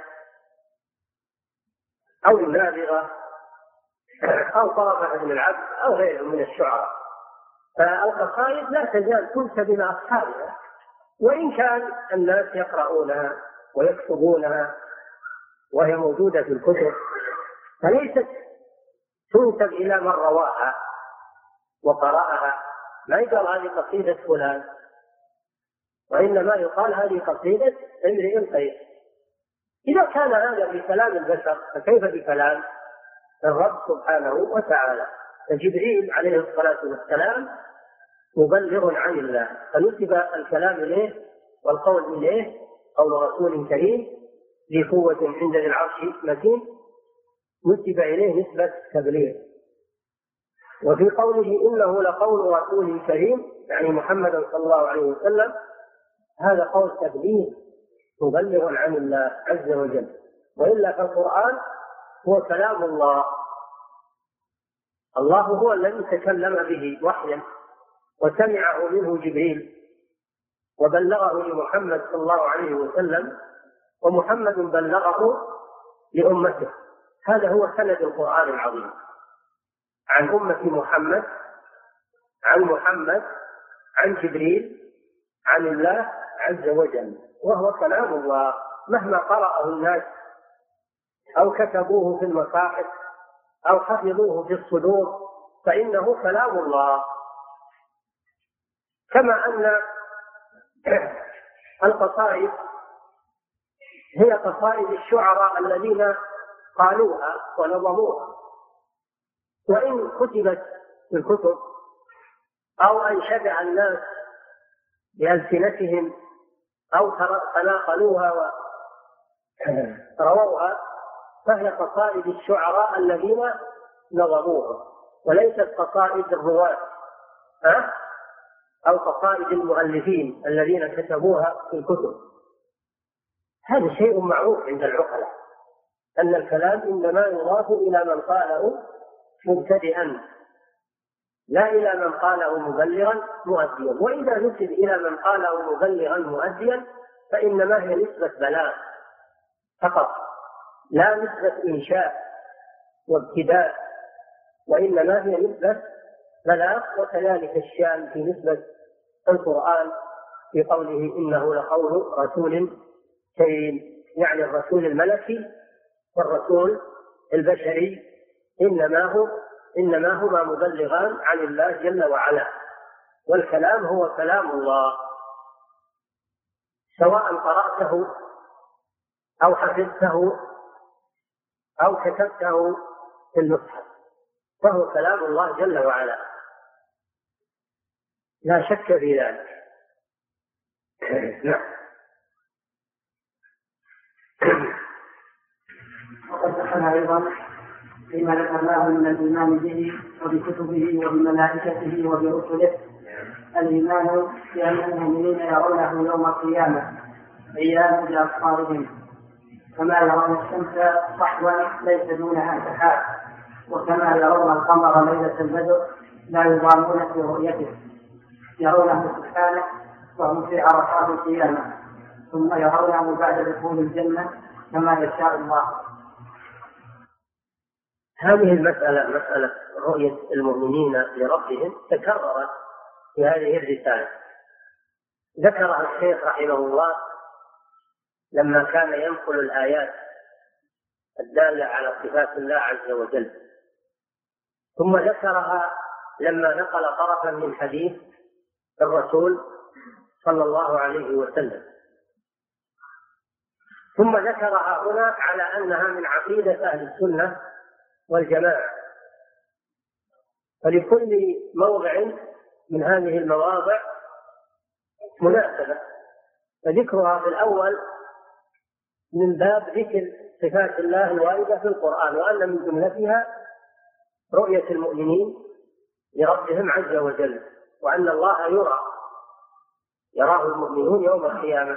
أو النابغة أو طرفة بن العبد أو غيره من الشعراء. فالقصائد لا تزال تنسب إلى أصحابها وإن كان الناس يقرؤونها ويكتبونها وهي موجودة في الكتب، فليست تنسب إلى من رواها وقرأها. ما يقال هذه قصيدة فلان، وإنما يقال هذه قصيدة امرئ القيس. إذا كان هذا بكلام البشر فكيف بكلام الرب سبحانه وتعالى؟ فجبريل عليه الصلاة والسلام مبلغ عن الله، فنسب الكلام إليه والقول إليه قول رسول كريم ذي قوة عند ذي العرش مكين، نسب إليه نسبة تبليغ. وفي قوله إنه لقول رسول كريم يعني محمد صلى الله عليه وسلم، هذا قول تبليغ مبلغ عن الله عز وجل. وإلا فالقرآن هو كلام الله، الله هو الذي تكلم به وحيا وسمعه منه جبريل وبلغه لمحمد صلى الله عليه وسلم، ومحمد بلغه لأمته. هذا هو سند القرآن العظيم عن أمة محمد، عن محمد، عن جبريل، عن الله عز وجل، وهو كلام الله مهما قرأه الناس أو كتبوه في المصاحف أو حفظوه في الصدور فإنه كلام الله. كما أن القصائد هي قصائد الشعراء الذين قالوها ونظموها، وإن كتبت في الكتب أو أنشدها الناس بألسنتهم أو تناقلوها ورووها فهي قصائد الشعراء الذين نظموها، وليست قصائد الرواة أو قصائد المؤلفين الذين كتبوها في الكتب. هذا شيء معروف عند العقلاء أن الكلام إنما يضاف إلى من قاله مبتدئا لا إلى من قاله مبلغا مؤديا. وإذا نسب إلى من قاله مبلغا مؤديا فإنما هي نسبة بلاغ فقط، لا نسبة إنشاء وابتداء، وإنما هي نسبة بلاغ. وكذلك الشأن في نسبة القرآن في قوله إنه لقول رسول كريم، يعني الرسول الملكي والرسول البشري إنما هو إنما هما مبلغان عن الله جل وعلا، والكلام هو كلام الله سواء قرأته أو حفظته أو كتبته في المصحف، فهو كلام الله جل وعلا لا شك في ذلك. نعم. وقد دخل أيضا فيما ذكرناه من الإيمان به وبكتبه وبملائكته وبرسله الإيمان بأن المؤمنين يرونه يوم القيامة عيانا بأبصارهم كما يرون الشمس صحوا ليس دونها سحاب، وكما يرون القمر ليلة البدر لا يضامون في رؤيته، يرونه سبحانه وهم في عرفات القيامة، ثم يرونه بعد دخول الجنة كما يشاء الله. هذه المسألة مسألة رؤية المؤمنين لربهم تكررت في هذه الرسالة، ذكرها الشيخ رحمه الله لما كان ينقل الآيات الدالة على صفات الله عز وجل. ثم ذكرها لما نقل طرفا من حديث الرسول صلى الله عليه وسلم، ثم ذكرها هنا على أنها من عقيدة أهل السنة والجماعة. فلكل موضع من هذه المواضع مناسبة، فذكرها في الأول من باب ذكر صفات الله الواردة في القرآن، وأن من جملتها رؤية المؤمنين لربهم عز وجل، وأن الله يرى يراه المؤمنون يوم القيامة.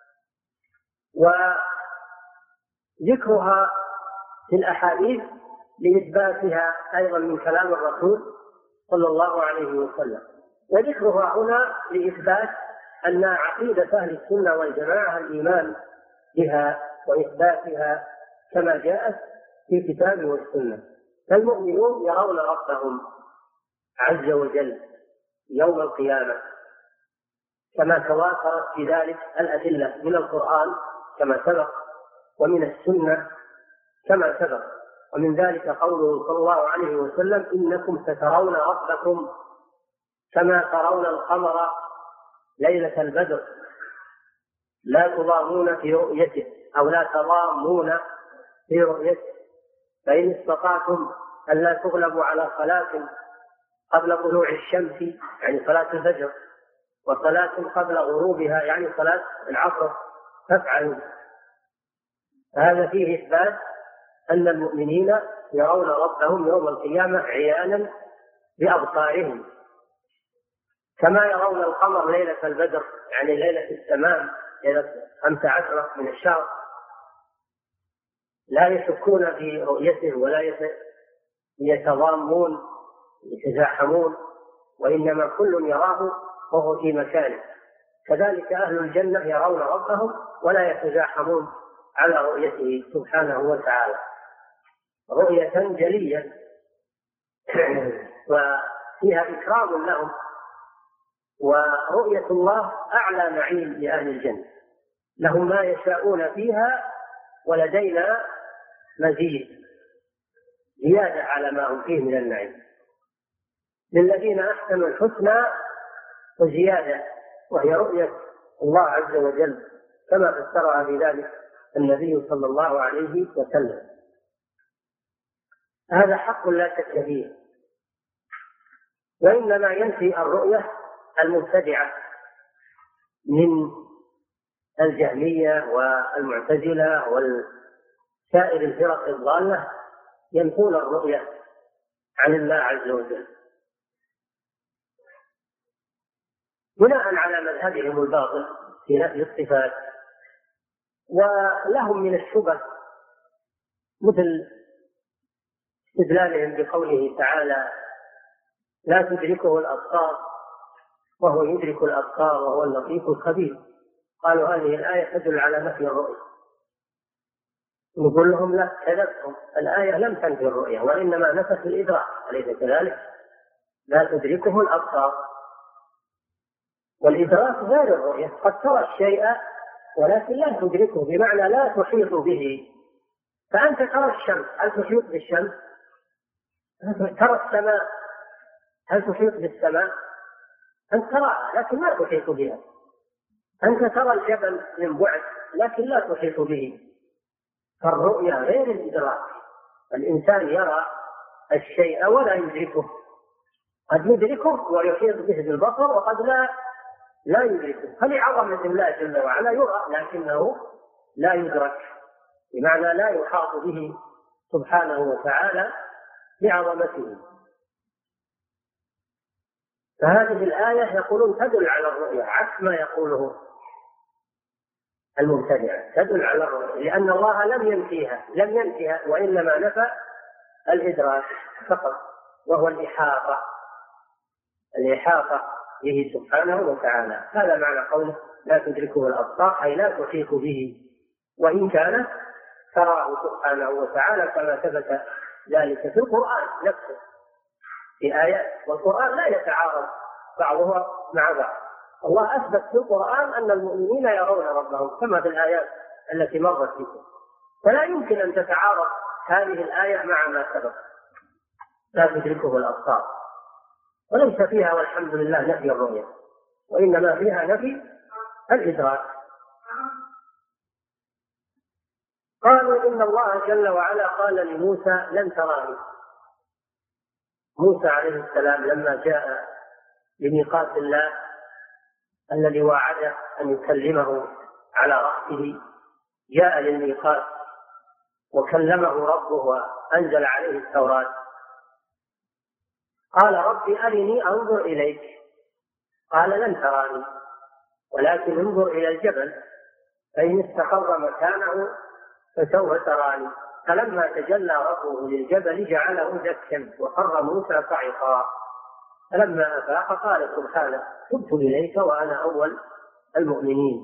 وذكرها في الأحاديث لإثباتها أيضا من كلام الرسول صلى الله عليه وسلم. وذكرها هنا لإثبات أن عقيدة أهل السنة والجماعة الإيمان بها وإثباتها كما جاءت في الكتاب والسنة. فالمؤمنون يرون ربهم عز وجل يوم القيامة كما تواترت في ذلك الأدلة من القرآن كما سبق، ومن السنة كما سبق. ومن ذلك قوله صلى الله عليه وسلم: إنكم سترون ربكم كما ترون القمر ليلة البدر لا تضامون في رؤيته أو لا تضامون في رؤيته، فإن استطعتم أن لا تغلبوا على صلاة قبل طلوع الشمس يعني صلاة الفجر، وصلاة قبل غروبها يعني صلاة العصر فافعلوا. هذا فيه إثبات أن المؤمنين يرون ربهم يوم القيامة عيانا بأبصارهم، كما يرون القمر ليلة البدر يعني ليلة التمام ليلة خمس عشرة من الشهر، لا يشكون في رؤيته ولا يتضامون يتزاحمون، وإنما كل يراه وهو في مكانه. كذلك أهل الجنة يرون ربهم ولا يتزاحمون على رؤيته سبحانه وتعالى رؤية جلية وفيها إكرام لهم. ورؤية الله أعلى نعيم لأهل الجنة، لهم ما يشاءون فيها ولدينا مزيد زيادة على ما هم فيه من النعيم. للذين أحسنوا الحسنى وزيادة، وهي رؤية الله عز وجل كما فسرها بذلك النبي صلى الله عليه وسلم. هذا حق لا شك فيه، وإنما ينفي الرؤية المبتدعة من الجهمية والمعتزلة وسائر الفرق الضالة، ينفون الرؤية عن الله عز وجل بناء على مذهبهم الباطل في نفي الصفات. ولهم من الشبه مثل استدلالهم بقوله تعالى: لا تدركه الأبصار وهو يدرك الأبصار وهو اللطيف الخبير. قالوا هذه الآية تدل على نفي الرؤية. نقول لهم: لا، كذبتم، الآية لم تنفي الرؤية وإنما نفت الإدراك، أليس كذلك؟ لا تدركه الأبصار، والإدراك غير الرؤية. قد ترى الشيء ولكن لا تدركه، بمعنى لا تحيط به. فأنت ترى الشمس، هل تحيط بالشمس؟ ترى السماء، هل تحيط بالسماء؟ أنت تراها لكن لا تحيط بها. أنت ترى الجبل من بعد لكن لا تحيط به. فالرؤية غير الإدراك. الإنسان يرى الشيء ولا يدركه، قد يدركه ويحيط به بالبصر، وقد لا لا يدركه. فلعظمة الله جل وعلا يرى لكنه لا يدرك، بمعنى لا يحاط به سبحانه وتعالى لعظمته. فهذه الآية يقولون تدل على الرؤية عكس ما يقوله المبتدعة، تدل على الرؤية لأن الله لم ينفيها لم ينفيها وإنما نفى الإدراك فقط، وهو الإحاطة الإحاطة به سبحانه وتعالى. هذا معنى قوله لا تدركه الأبصار، أي لا تحيط به، وإن كان تراه سبحانه وتعالى كما ثبت ذلك في القرآن نفسه في آيات، والقرآن لا يتعارض بعضها مع بعض. الله أثبت في القرآن أن المؤمنين يرون ربهم كما في الآيات التي مرت بكم. فلا يمكن أن تتعارض هذه الآية مع ما سبق، لا تدركه الأبصار، وليس فيها والحمد لله نفي الرؤية، وإنما فيها نفي الإدراك. قالوا إن الله جل وعلا قال لموسى لن تراني. موسى عليه السلام لما جاء لميقات الله الذي وعده أن يكلمه على رأسه، جاء للميقات وكلمه ربه وأنزل عليه التوراة، قال ربي أرني أنظر إليك، قال لن تراني ولكن انظر إلى الجبل فإن استقر مكانه فسوف تراني. فلما تجلى ربه للجبل جعله دكا وخر موسى صعقا. فلما أفاق قال سبحانه تبت إليك وأنا أول المؤمنين.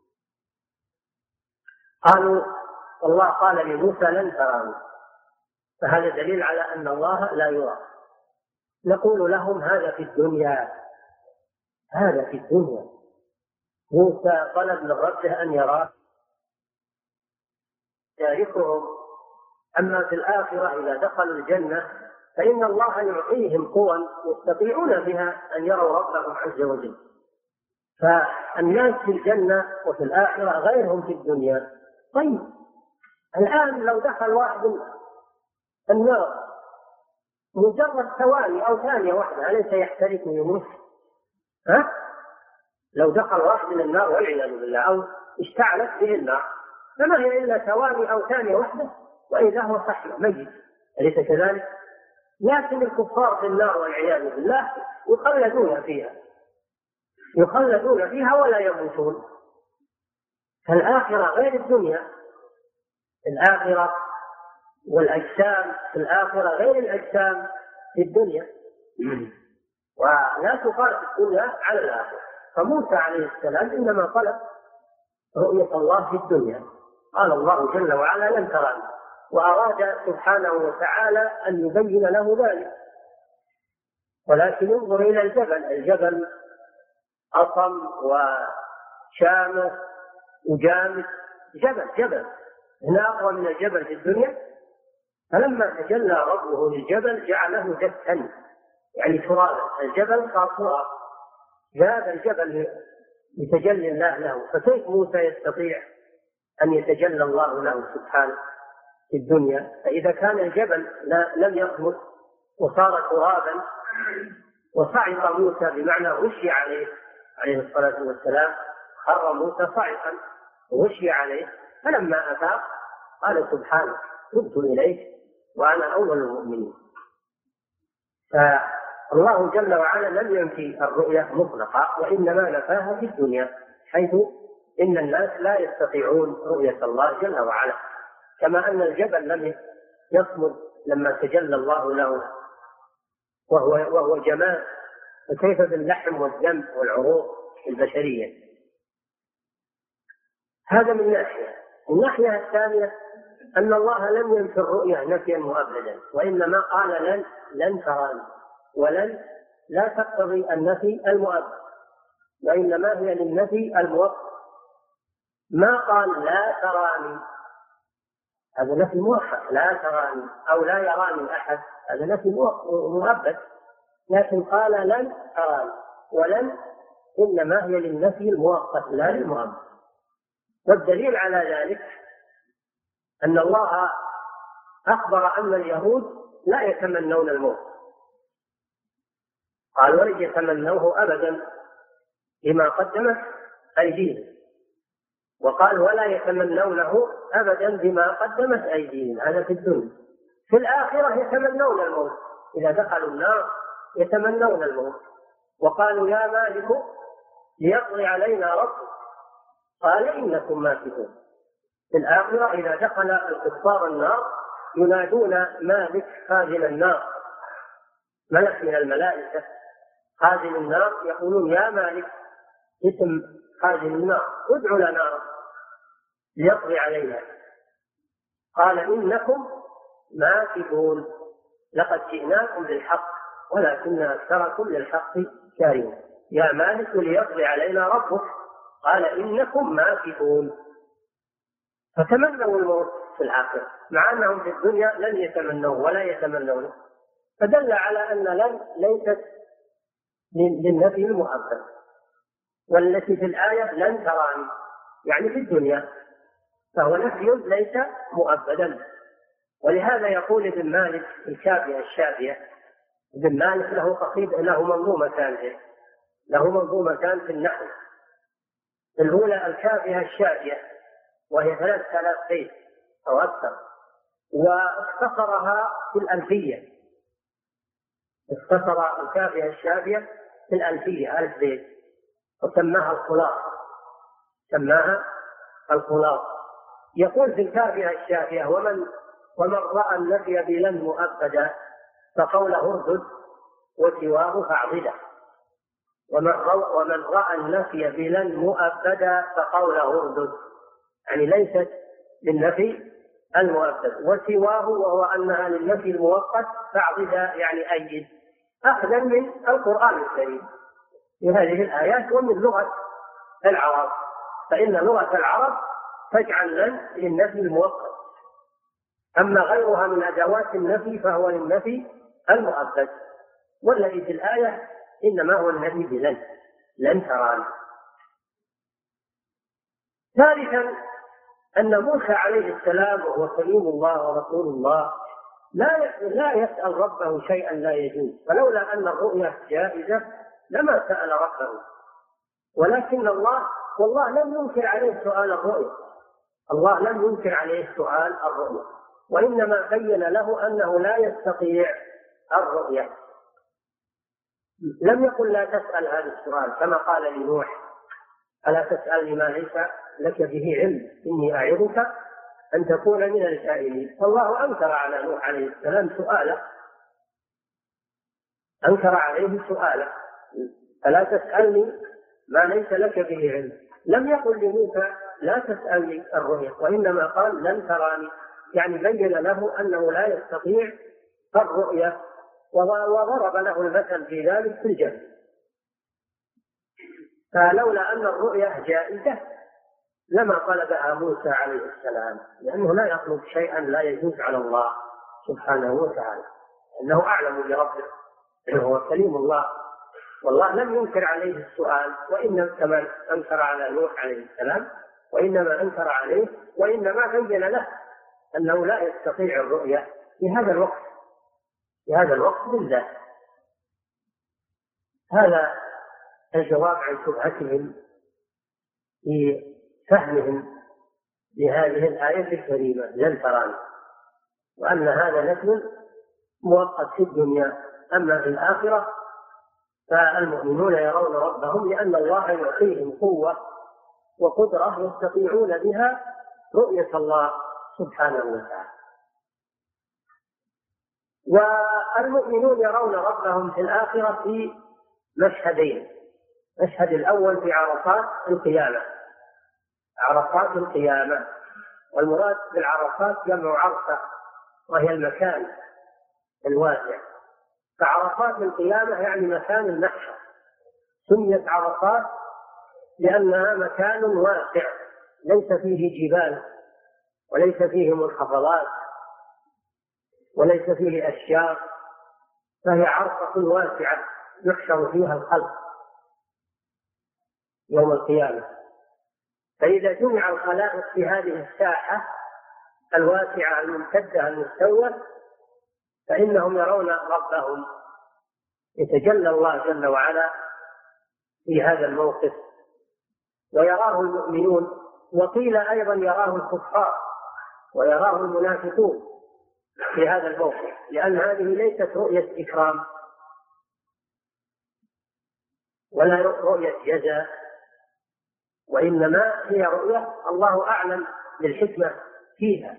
قالوا والله قال لموسى لن تراني، فهذا دليل على أن الله لا يرى. نقول لهم هذا في الدنيا، هذا في الدنيا. موسى طلب من ربه أن يراه يعرفهم، أما في الآخرة إذا دخلوا الجنة فإن الله يعطيهم قوى يستطيعون بها أن يروا ربهم عز وجل. فالناس في الجنة وفي الآخرة غيرهم في الدنيا. طيب الآن لو دخل واحد النار مجرد ثواني أو ثانية واحدة أليس يحترق ويموت؟ ها؟ لو دخل واحد من النار والعياذ بالله أو اشتعلت به النار فما هي إلا ثواني أو ثانية واحدة وإذا هو صحي ميت، أليس كذلك؟ لكن الكفار في النار والعياذ بالله يخلدون فيها يخلدون فيها ولا يموتون. فالآخرة غير الدنيا، الآخرة والأجسام في الآخرة غير الأجسام في الدنيا، ولا تفارق الدنيا على الآخرة. فموسى عليه السلام إنما طلب رؤية الله في الدنيا، قال الله جل وعلا لن تراني، وأراد سبحانه وتعالى أن يبين له ذلك. ولكن انظر إلى الجبل، الجبل أصم وشامخ وجامد، جبل جبل هنا أقوى من الجبل في الدنيا. فلما تجلى ربه للجبل جعله دكا يعني ترابا، الجبل صار تراب، هذا الجبل يتجلى الله له. فكيف موسى يستطيع أن يتجلى الله له سبحانه في الدنيا؟ فإذا كان الجبل لم يصمت وصار ترابا وصعق موسى بمعنى غشي عليه عليه الصلاة والسلام، خر موسى صعقا وغشي عليه. فلما أفاق قال سبحانه تبت إليك وأنا أول المؤمنين. فالله جل وعلا لم ينفي الرؤية مطلقة، وإنما نفاها في الدنيا، حيث إن الناس لا يستطيعون رؤية الله جل وعلا، كما أن الجبل لم يصمد لما تجلى الله له وهو, وهو جمال، فكيف باللحم والدم والعروق البشرية؟ هذا من ناحية. الناحية الثانية أن الله لم ينفي الرؤية نفيا مؤبدا، وإنما قال لن لن تراني، ولن لا تقتضي النفي المؤبد، وإنما هي للنفي المؤقت. ما قال لا تراني، هذا نفي مؤقت، لا تراني أو لا يراني أحد، هذا نفي مؤبد. لكن قال لن تراني، ولن إنما هي للنفي المؤقت لا للمؤبد. والدليل على ذلك أن الله أخبر أن اليهود لا يتمنون الموت، قال ولن يتمنوه أبدا بما قدمت أيديهم، وقال ولا يتمنونه أبدا بما قدمت أيديهم. هذا في الدنيا. في الآخرة يتمنون الموت، إذا دخلوا النار يتمنون الموت، وقالوا يا مالك ليقضي علينا ربك قال إنكم ماكثون. في الآخرة إذا دخل الكفار النار ينادون مالك خازن النار، ملك من الملائكة خازن النار، يقولون يا مالك اسم خازن النار ادعو لنا ليقضي علينا. قال إنكم ماكثون لقد جئناكم بالحق ولكن أكثركم للحق كارهون. يا مالك ليقضي علينا ربك قال إنكم ماكثون. فتمنوا الموت في الآخرة، مع أنهم في الدنيا لن يتمنوا ولا يتمنونه، فدل على أن لن ليست للنفي المؤبد. والتي في الآية لن تراني يعني في الدنيا، فهو نفي ليس مؤبدا. ولهذا يقول ابن مالك في الكافية الشافية، ابن مالك له قصيدة له منظومتان له منظومتان في النحو. الأولى الكافية الشافية وهي ثلاثة آلاف بيت أو أكثر، واختصرها في الألفية، اختصر الكافية الشافية في الألفية ألف بيت وسماها الخلاصة، سماها الخلاصة. يقول في الكافية الشافية: ومن ومن رأى النفي بلن مؤبدا فقوله اردد وسواه فاعضده. ومن, ومن رأى النفي بلن مؤبدا فقوله اردد، يعني ليست للنفي المؤبد، وسواه وهو أنها للنفي المؤقت فاعضده يعني أيد، أخذا من القرآن الكريم في هذه الآيات ومن لغة العرب، فإن لغة العرب تجعل لن للنفي المؤقت، أما غيرها من أدوات النفي فهو للنفي المؤبد. والذي في الآية إنما هو النفي بلن، لن تراني. ثالثا أن موسى عليه السلام وهو كليم الله ورسول الله لا لا يسأل ربه شيئا لا يجوز، فلولا أن الرؤيا جائزة لما سأل ربه، ولكن الله والله لم ينكر عليه سؤال الرؤيا، الله لم ينكر عليه سؤال الرؤيا، وإنما بين له أنه لا يستطيع الرؤيا. لم يقل لا تسأل هذا السؤال كما قال لنوح: ألا تسألني ما ليس لك به علم إني أعظك أن تكون من الجاهلين. فالله أنكر على نوح عليه السلام سؤاله، أنكر عليه سؤاله: ألا تسألني ما ليس لك به علم. لم يقل لموسى لا تسألني الرؤيا، وإنما قال لن تراني، يعني بين له أنه لا يستطيع الرؤيا، وضرب له المثل في ذلك في الجنة. فلولا أن الرؤيا جائزة لما طلبها موسى عليه السلام، لأنه لا يطلب شيئا لا يجوز على الله سبحانه وتعالى، أنه أعلم بربه، هو كليم الله، والله لم ينكر عليه السؤال، وإنما كما أنكر على نوح عليه السلام، وإنما أنكر عليه وإنما بين له أنه لا يستطيع الرؤيا في هذا الوقت في هذا الوقت بالذات. هذا الجواب عن شبهتهم في فهمهم لهذه الآية الكريمة لن تراني، وأن هذا نفي مؤقت في الدنيا، أما في الآخرة فالمؤمنون يرون ربهم لأن الله يعطيهم قوة وقدرة يستطيعون بها رؤية الله سبحانه وتعالى. والمؤمنون يرون ربهم في الآخرة في مشهدين: المشهد الأول في عرفات القيامة، عرفات القيامة، والمراد بالعرفات جمع عرفة وهي المكان الواسع، فعرفات القيامة يعني مكان المحشر، سميت عرفات لأنها مكان واسع ليس فيه جبال وليس فيه منخفضات وليس فيه أشجار، فهي عرفة واسعة يحشر فيها الخلق يوم القيامة. فإذا جمع الخلائق في هذه الساحة الواسعة الممتدة المستوية فإنهم يرون ربهم، يتجلى الله جل وعلا في هذا الموقف ويراه المؤمنون، وقيل أيضا يراه الكفار ويراه المنافقون في هذا الموقف، لأن هذه ليست رؤية إكرام ولا رؤية جزاء، وإنما هي رؤية الله أعلم بالحكمة فيها.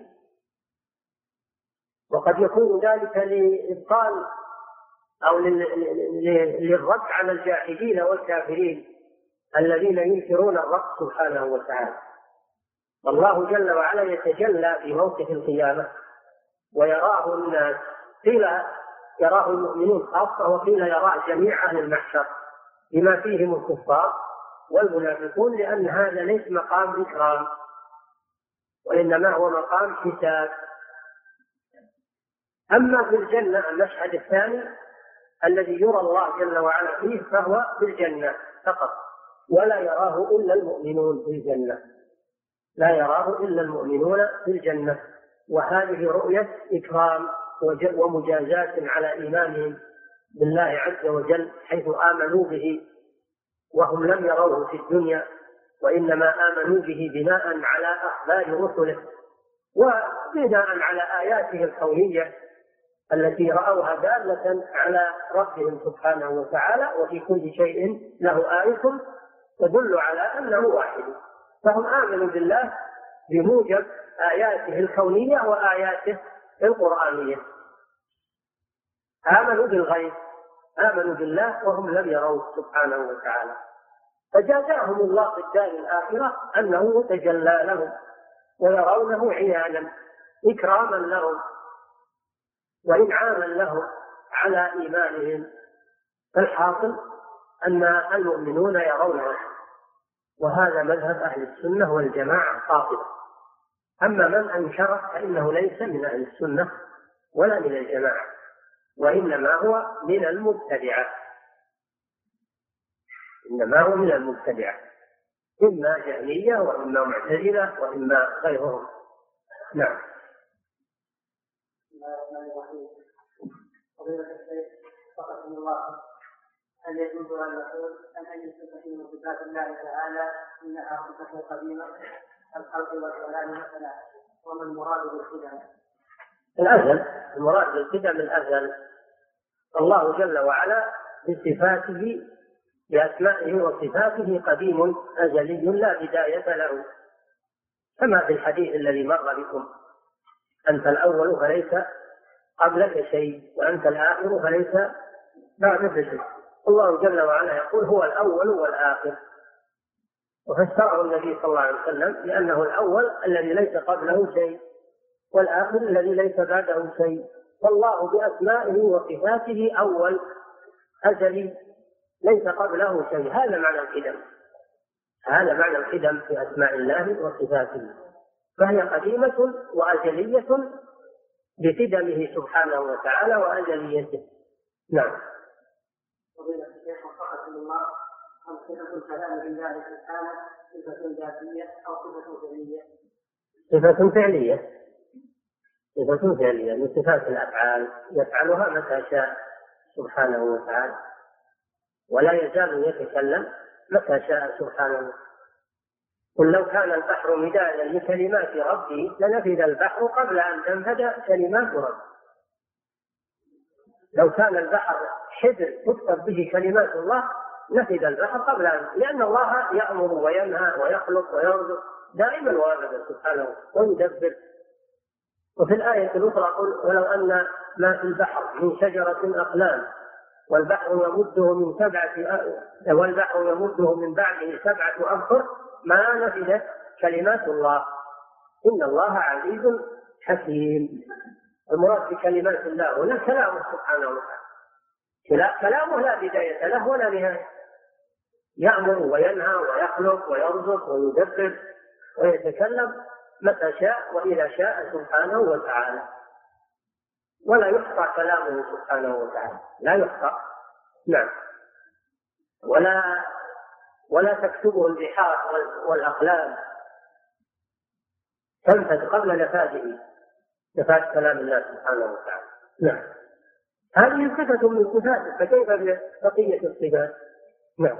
وقد يكون ذلك لإبطال أو للرد على الجاحدين والكافرين الذين ينكرون الرب سبحانه وتعالى. الله جل وعلا يتجلى في موقف القيامة ويراه الناس، قيل يراه المؤمنون خاصة وقيل يراه جميع أهل المحشر بما فيهم الكفار والمنافقون، لأن هذا ليس مقام إكرام، وإنما هو مقام حساب. أما في الجنة المشهد الثاني الذي يرى الله جل وعلا فيه فهو في الجنة فقط، ولا يراه إلا المؤمنون في الجنة، لا يراه إلا المؤمنون في الجنة. وهذه رؤية إكرام ومجازات على إيمانهم بالله عز وجل، حيث آمنوا به وهم لم يروه في الدنيا، وإنما آمنوا به بناء على أخبار رسله وبناء على آياته الكونية التي رأوها دالة على ربهم سبحانه وتعالى، وفي كل شيء له آية تدل على أنه واحد. فهم آمنوا بالله بموجب آياته الكونية وآياته القرآنية، آمنوا بالغيب، آمنوا بالله وهم لم يروه سبحانه وتعالى، فجازاهم الله في الدار الآخرة أنه يتجلى لهم ويرونه عيانا إكراما لهم وإنعاما لهم على إيمانهم. فالحاصل أن المؤمنون يرونه، وهذا مذهب أهل السنة والجماعة قاطبة. أما من أنكره فإنه ليس من أهل السنة ولا من الجماعة، وإنما هو من المبتدعة، إنما هو من المبتدعة، إما جهمية وإما معتزلة وإما غيرهم. نعم. فضيلة الشيخ وفقكم الله، هل يجوز أن نقول أن أي صفة من صفات الله تعالى إنها صفة قديمة الخلق والكلام مثلا، وما المراد بالقدم؟ الأزل، المراد بالقدم الأزل. الله جل وعلا بصفاته بأسمائه وصفاته قديم أزلي لا بداية له، كما في الحديث الذي مر بكم: أنت الأول فليس قبلك شيء، وأنت الآخر فليس بعدك شيء. الله جل وعلا يقول هو الأول والآخر، وفسره النبي صلى الله عليه وسلم لأنه الأول الذي ليس قبله شيء، والآخر الذي ليس بعده شيء. فالله بأسمائه وصفاته أول أزلي ليس قبله شيء. هذا معنى القدم، هذا معنى القدم في أسماء الله وصفاته، فهي قديمة وأزلية بقدمه سبحانه وتعالى وأزليته. نعم. فضيلة الشيخ وفقكم الله، هل صفة الكلام لله سبحانه صفة ذاتية أو صفة فعلية؟ صفة فعلية، صفة فعلية من صفات الأفعال يفعلها متى شاء سبحانه وتعالى، ولا يزال يتكلم متى شاء سبحانه. قل لو كان البحر مدادا لكلمات ربي لنفذ البحر قبل أن تنفذ كلمات ربي. لو كان البحر حبر تكتب به كلمات الله نفذ البحر قبل أن، لأن الله يأمر وينهى ويخلق ويرزق دائما وابدا سبحانه ويدبر. وفي الآية الأخرى قل ولو أن ما في البحر من شجرة أقلام والبحر يمده من سبعة والبحر يمده من بعده سبعة أبحر ما نفذت كلمات الله إن الله عزيز حكيم. المراد بكلمات الله هنا كلامه سبحانه وتعالى، كلامه لا بداية له ولا نهاية، يأمر وينهى ويخلق ويرزق ويدبر ويتكلم متى شاء وإذا شاء سبحانه وتعالى، ولا يحصى كلامه سبحانه وتعالى، لا يحصى. نعم. ولا ولا تكتبه البحار والأقلام تنفذ قبل نفاذه، نفاذ كلام الله سبحانه وتعالى. نعم. هذه صفة من صفاته، فكيف بقية الصفات؟ نعم.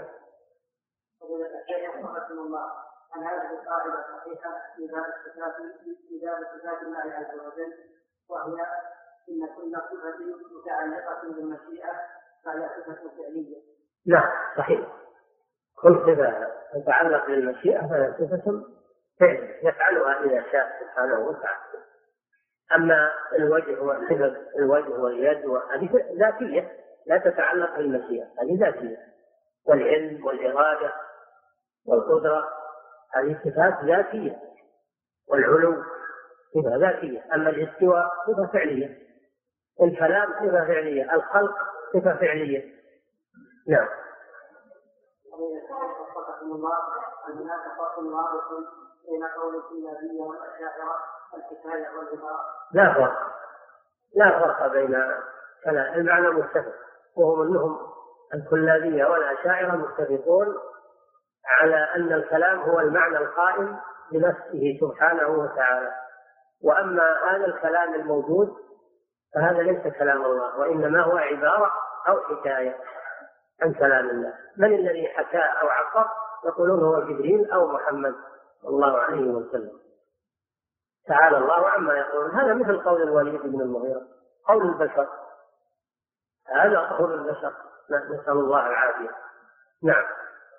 عن هذه القاعدة الصحيحة في باب صفات في باب صفات الله عز وجل، وهي إن كل صفة متعلقة بالمشيئة فهي صفة فعلية. نعم صحيح، كل صفة تتعلق بالمشيئة فهي صفة فعلية يفعلها إذا شاء سبحانه وتعالى. أما الوجه والسبب، الوجه واليد هذه ذاتية لا تتعلق بالمشيئة، هذه ذاتية. والعلم والإرادة والقدرة هذه صفات ذاتية. والعلو صفة ذاتية. أما الاستواء صفة فعلية. الكلام صفة فعلية. الخلق صفة فعلية. نعم. وفقكم الله، هناك فرق واضح بين قول الكلابية والأشاعرة الحكاية والعبارة؟ لا فرق، لا فرق بين المعنى متفق، وهم أنهم الكلابية والأشاعرة متفقون على أن الكلام هو المعنى القائم بنفسه سبحانه وتعالى، وأما هذا الكلام الموجود فهذا ليس كلام الله، وإنما هو عبارة أو حكاية عن كلام الله. من الذي حكى أو عبر؟ يقولون هو جبريل أو محمد صلى الله عليه وسلم. تعالى الله عما يقولون. هذا مثل قول الوليد بن المغيرة، قول البشر، هذا قول البشر، نسأل الله العافية. نعم،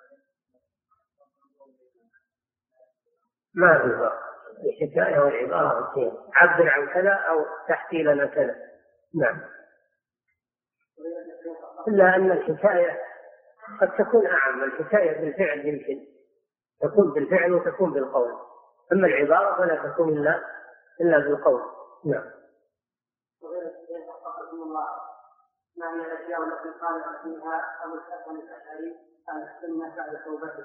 ما في فرق، الحكاية والعبارة والسير، عبر عن كذا أو تحكي لنا كذا. نعم، إلا أن الحكاية قد تكون أعم، الحكاية بالفعل يمكن تكون بالفعل وتكون بالقول، أما العبارة فلا تكون إلا إلا بالقول. نعم. ما هي الأشياء التي قال فيها أبو الحسن الأشعري عن السنة بعد توبته؟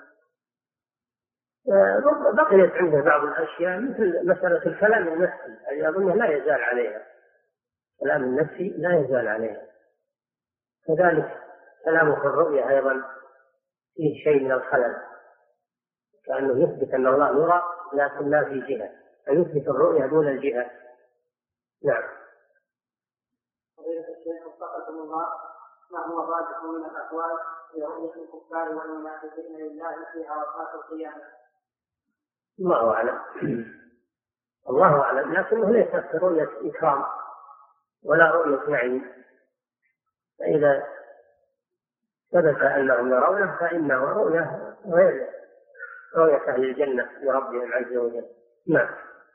بقيت عنده بعض الأشياء مثل مسألة الكلام النفسي، يعني أظنه لا يزال عليها، الكلام النفسي لا يزال عليها. كذلك كلامه في الرؤية أيضا فيه شيء من الخلل، كأنه يثبت أن الله يرى لكن لا في جهة، فيثبت الرؤية دون الجهة. نعم. فضيلة الشيخ وفقكم الله، ما هو الراجح من الأقوال برؤية الكفار والمنافقين لله في عرفات القيامة؟ الله أعلم، الله أعلم، لكنه ليس رؤية إكرام ولا رؤية نعيم، فإذا ثبت أنهم يرونه فإنه رؤية غير رؤية أهل الجنة لربهم عز وجل. نعم.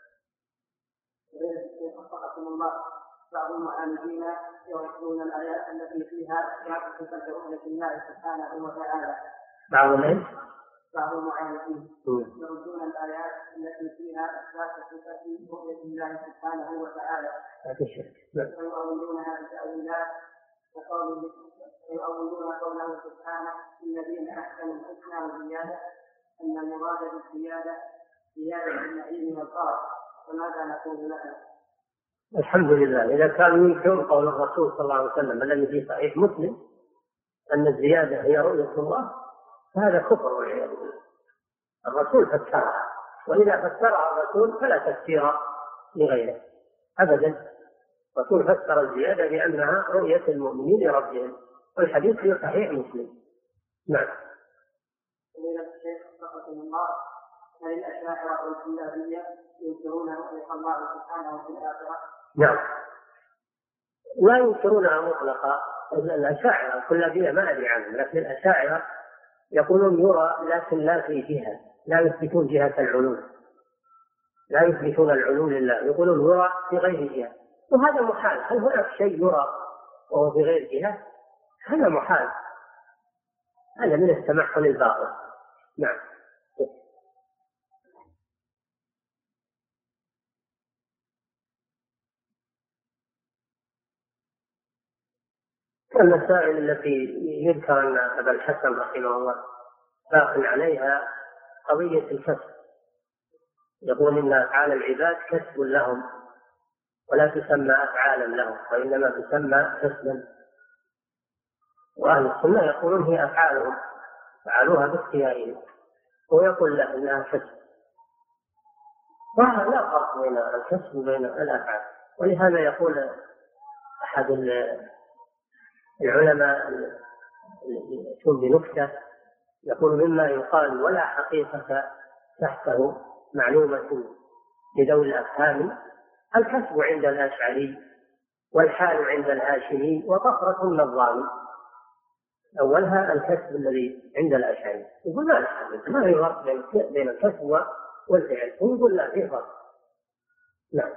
وفقكم الله، بعض المعاندين يردون الآيات التي فيها إثبات صفة رؤية الله سبحانه وتعالى. بعض من؟ بعض المعاندين يردون الآيات التي فيها إثبات صفة رؤية الله سبحانه وتعالى، ويؤولونها بتأويلات كقوله ويؤولون قوله سبحانه الذين أحسنوا الحسنى وزيادة، أن المراد بالزيادة زيادة النعيم والفرح، وماذا نقول لها؟ الحمد لله، إذا كانوا ينكرون قول الرسول صلى الله عليه وسلم الذي في صحيح مسلم أن الزيادة هي رؤية الله، فهذا كفر والعياذ بالله. الرسول فسرها، وإذا فسرها الرسول فلا تفسير لغيره أبدا. الرسول فسر الزيادة بأنها رؤية المؤمنين لربهم، والحديث في صحيح مسلم. نعم. فضيلة الشيخ وفقكم الله، هل الأشاعرة والكلابية ينكرون رؤية الله سبحانه في الآخرة؟ نعم، لا ينكرونها مطلقا. الأشاعرة الكلابية ما أدري عنهم، لكن الأشاعرة يقولون يرى لكن لا في جهة، لا يثبتون جهة العلو، لا يثبتون العلو لله، يقولون يرى في غير جهة، وهذا محال. هل هناك شيء يرى وهو في غير جهة؟ هذا محال، هذا من التمحل الباطل. نعم. المسائل التي يذكر أن أبا الحسن رحمه الله باق عليها قضية الكسب، يقول إن أفعال العباد كسب لهم ولا تسمى أفعالا لهم، وإنما تسمى كسبا، وأهل السنة يقولون هي أفعالهم فعلوها باختيارهم، ويقول له إنها كسب. وهذا لا فرق بين الكسب وبين الأفعال، ولهذا يقول أحد العلماء يكون بنكتة، يقول مما يقال ولا حقيقة تحته معلومة لذوي الأفهام الكسب عند الأشعري والحال عند الهاشمي وطفرة النظام. أولها الكسب الذي عند الأشعري، يقول ما نحدث، ما يفرق بين الكسب والفعل، ويقول لا في فرق. نعم.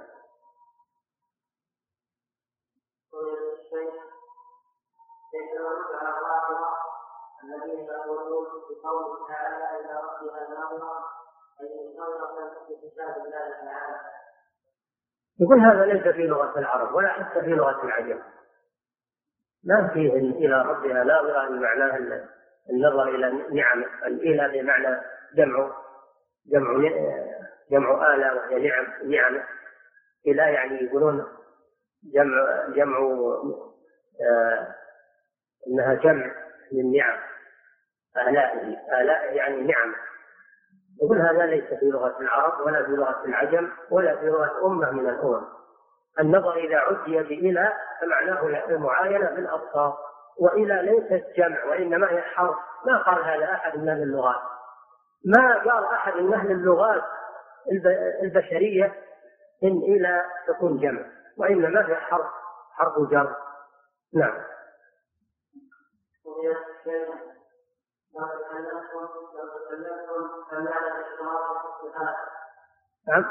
الذين يقولون بقوله تعالى إلى ربها ناظرة أي نظرة في كتاب الله تعالى، يقول هذا ليس في لغة العرب ولا حتى في لغة العجم، ما فيه إلى ربها ناظرة بمعناه النظر إلى نعم، الإلى بمعنى جمع جمع جمع آلة وهي نعم نعمة. إله يعني يقولون جمع جمع آه إنها جمع من نعم، آلاء آلاء يعني نعمة. يقول هذا ليس في لغة العرب ولا في لغة العجم ولا في لغة أمة من الأمم. النظر إذا عدي بإلى فمعناه المعاينة بالأبصار، وإلى ليست جمع وإنما هي حرف. ما قال هذا أحد من أهل اللغات، ما قال أحد من أهل اللغات البشرية إن إلى تكون جمع، وإنما هي حرف حرف جر. نعم. نعم.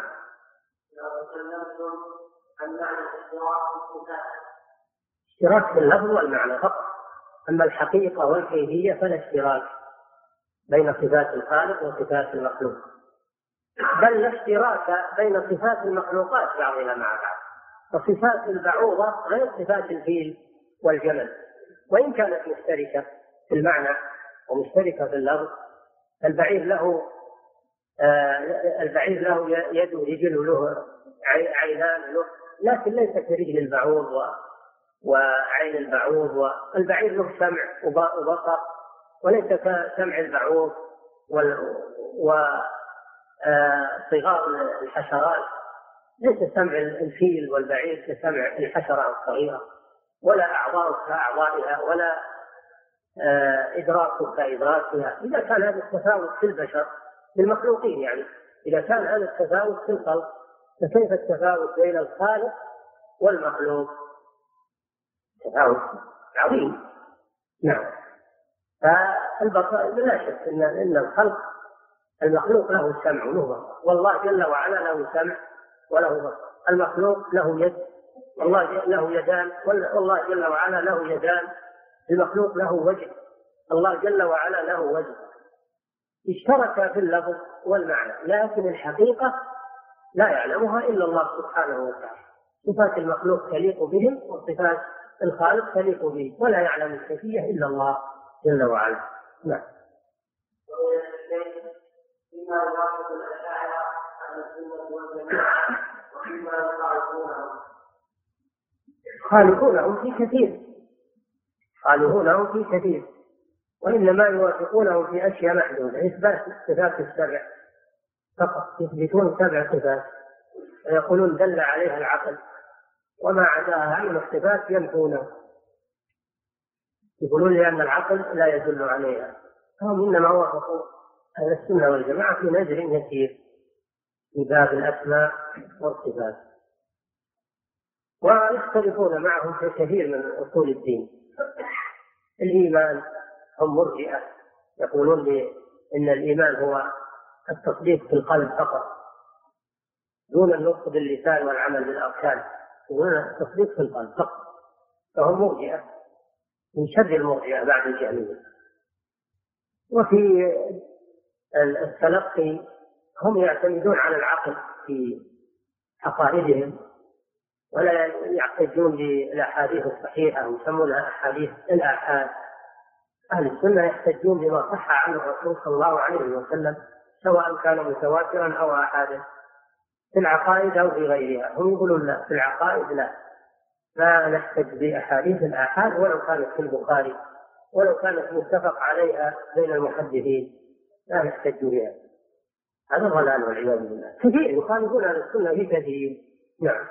اشتراك في اللفظ والمعنى فقط، أما الحقيقة والكيفية فلا اشتراك بين صفات الخالق وصفات المخلوق، بل لا اشتراك بين صفات المخلوقات بعضها مع بعض. فصفات البعوضة غير صفات الفيل والجمل، وإن كانت مشتركة في المعنى ومشتركة في اللفظ. البعير له آه البعير له يد ورجل له عينان له، لكن ليس كرجل البعوض وعين البعوض. والبعير له سمع وبصر وليس كسمع البعوض وصغار الحشرات. ليس سمع الفيل والبعير كسمع الحشرة الصغيرة، ولا أعضاء كأعضائها، ولا إدراك كإدراكها. إذا كان هذا التفاوت في البشر بالمخلوقين، يعني إذا كان هذا التفاوت في الخلق، فكيف التفاوت بين الخالق والمخلوق؟ تفاوت عظيم. نعم. فالبصر لا شك إن إن الخلق المخلوق له سمع وله بصر، والله جل وعلا له سمع وله بصر. المخلوق له يد والله له يدان، والله جل وعلا له يدان. المخلوق له وجه، الله جل وعلا له وجه. اشترك في اللفظ والمعنى، لكن الحقيقة لا يعلمها إلا الله سبحانه وتعالى. صفات المخلوق تليق بهم، وصفات الخالق تليق به، ولا يعلم الكيفية إلا الله جل وعلا. نعم. خالقونهم في كثير خالقونهم في كثير وإنما يوافقونهم في أشياء محدودة. إثبات صفات السبع فقط، يثبتون سبع صفات ويقولون دل عليها العقل، وما عداها من الصفات ينفونه، يقولون لأن العقل لا يدل عليها. هم إنما وافقوا أهل السنة والجماعة في نذر يسير في باب الأسماء والصفات، ويختلفون معهم في كثير من أصول الدين. الإيمان هم مرجئة، يقولون إن الإيمان هو التصديق في القلب فقط دون النطق باللسان والعمل بالأركان، يقولون التصديق في القلب فقط، فهم مرجئة من شر المرجئة بعد الجهمية. وفي التلقي هم يعتمدون على العقل في عقائدهم، ولا يحتجون بالأحاديث الصحيحة ويسمونها أحاديث الآحاد. أهل السنة يحتجون بما صح عن الرسول صلى الله عليه وسلم، سواء كان متواترا أو آحادا، في العقائد أو في غيرها. هم يقولون لا، في العقائد لا، لا نحتج بأحاديث الآحاد ولو كانت في البخاري، ولو كانت متفق عليها بين المحدثين، لا نحتج بها. هذا ضلال والعياذ بالله. كثير يخالفون أهل السنة في كثير. نعم.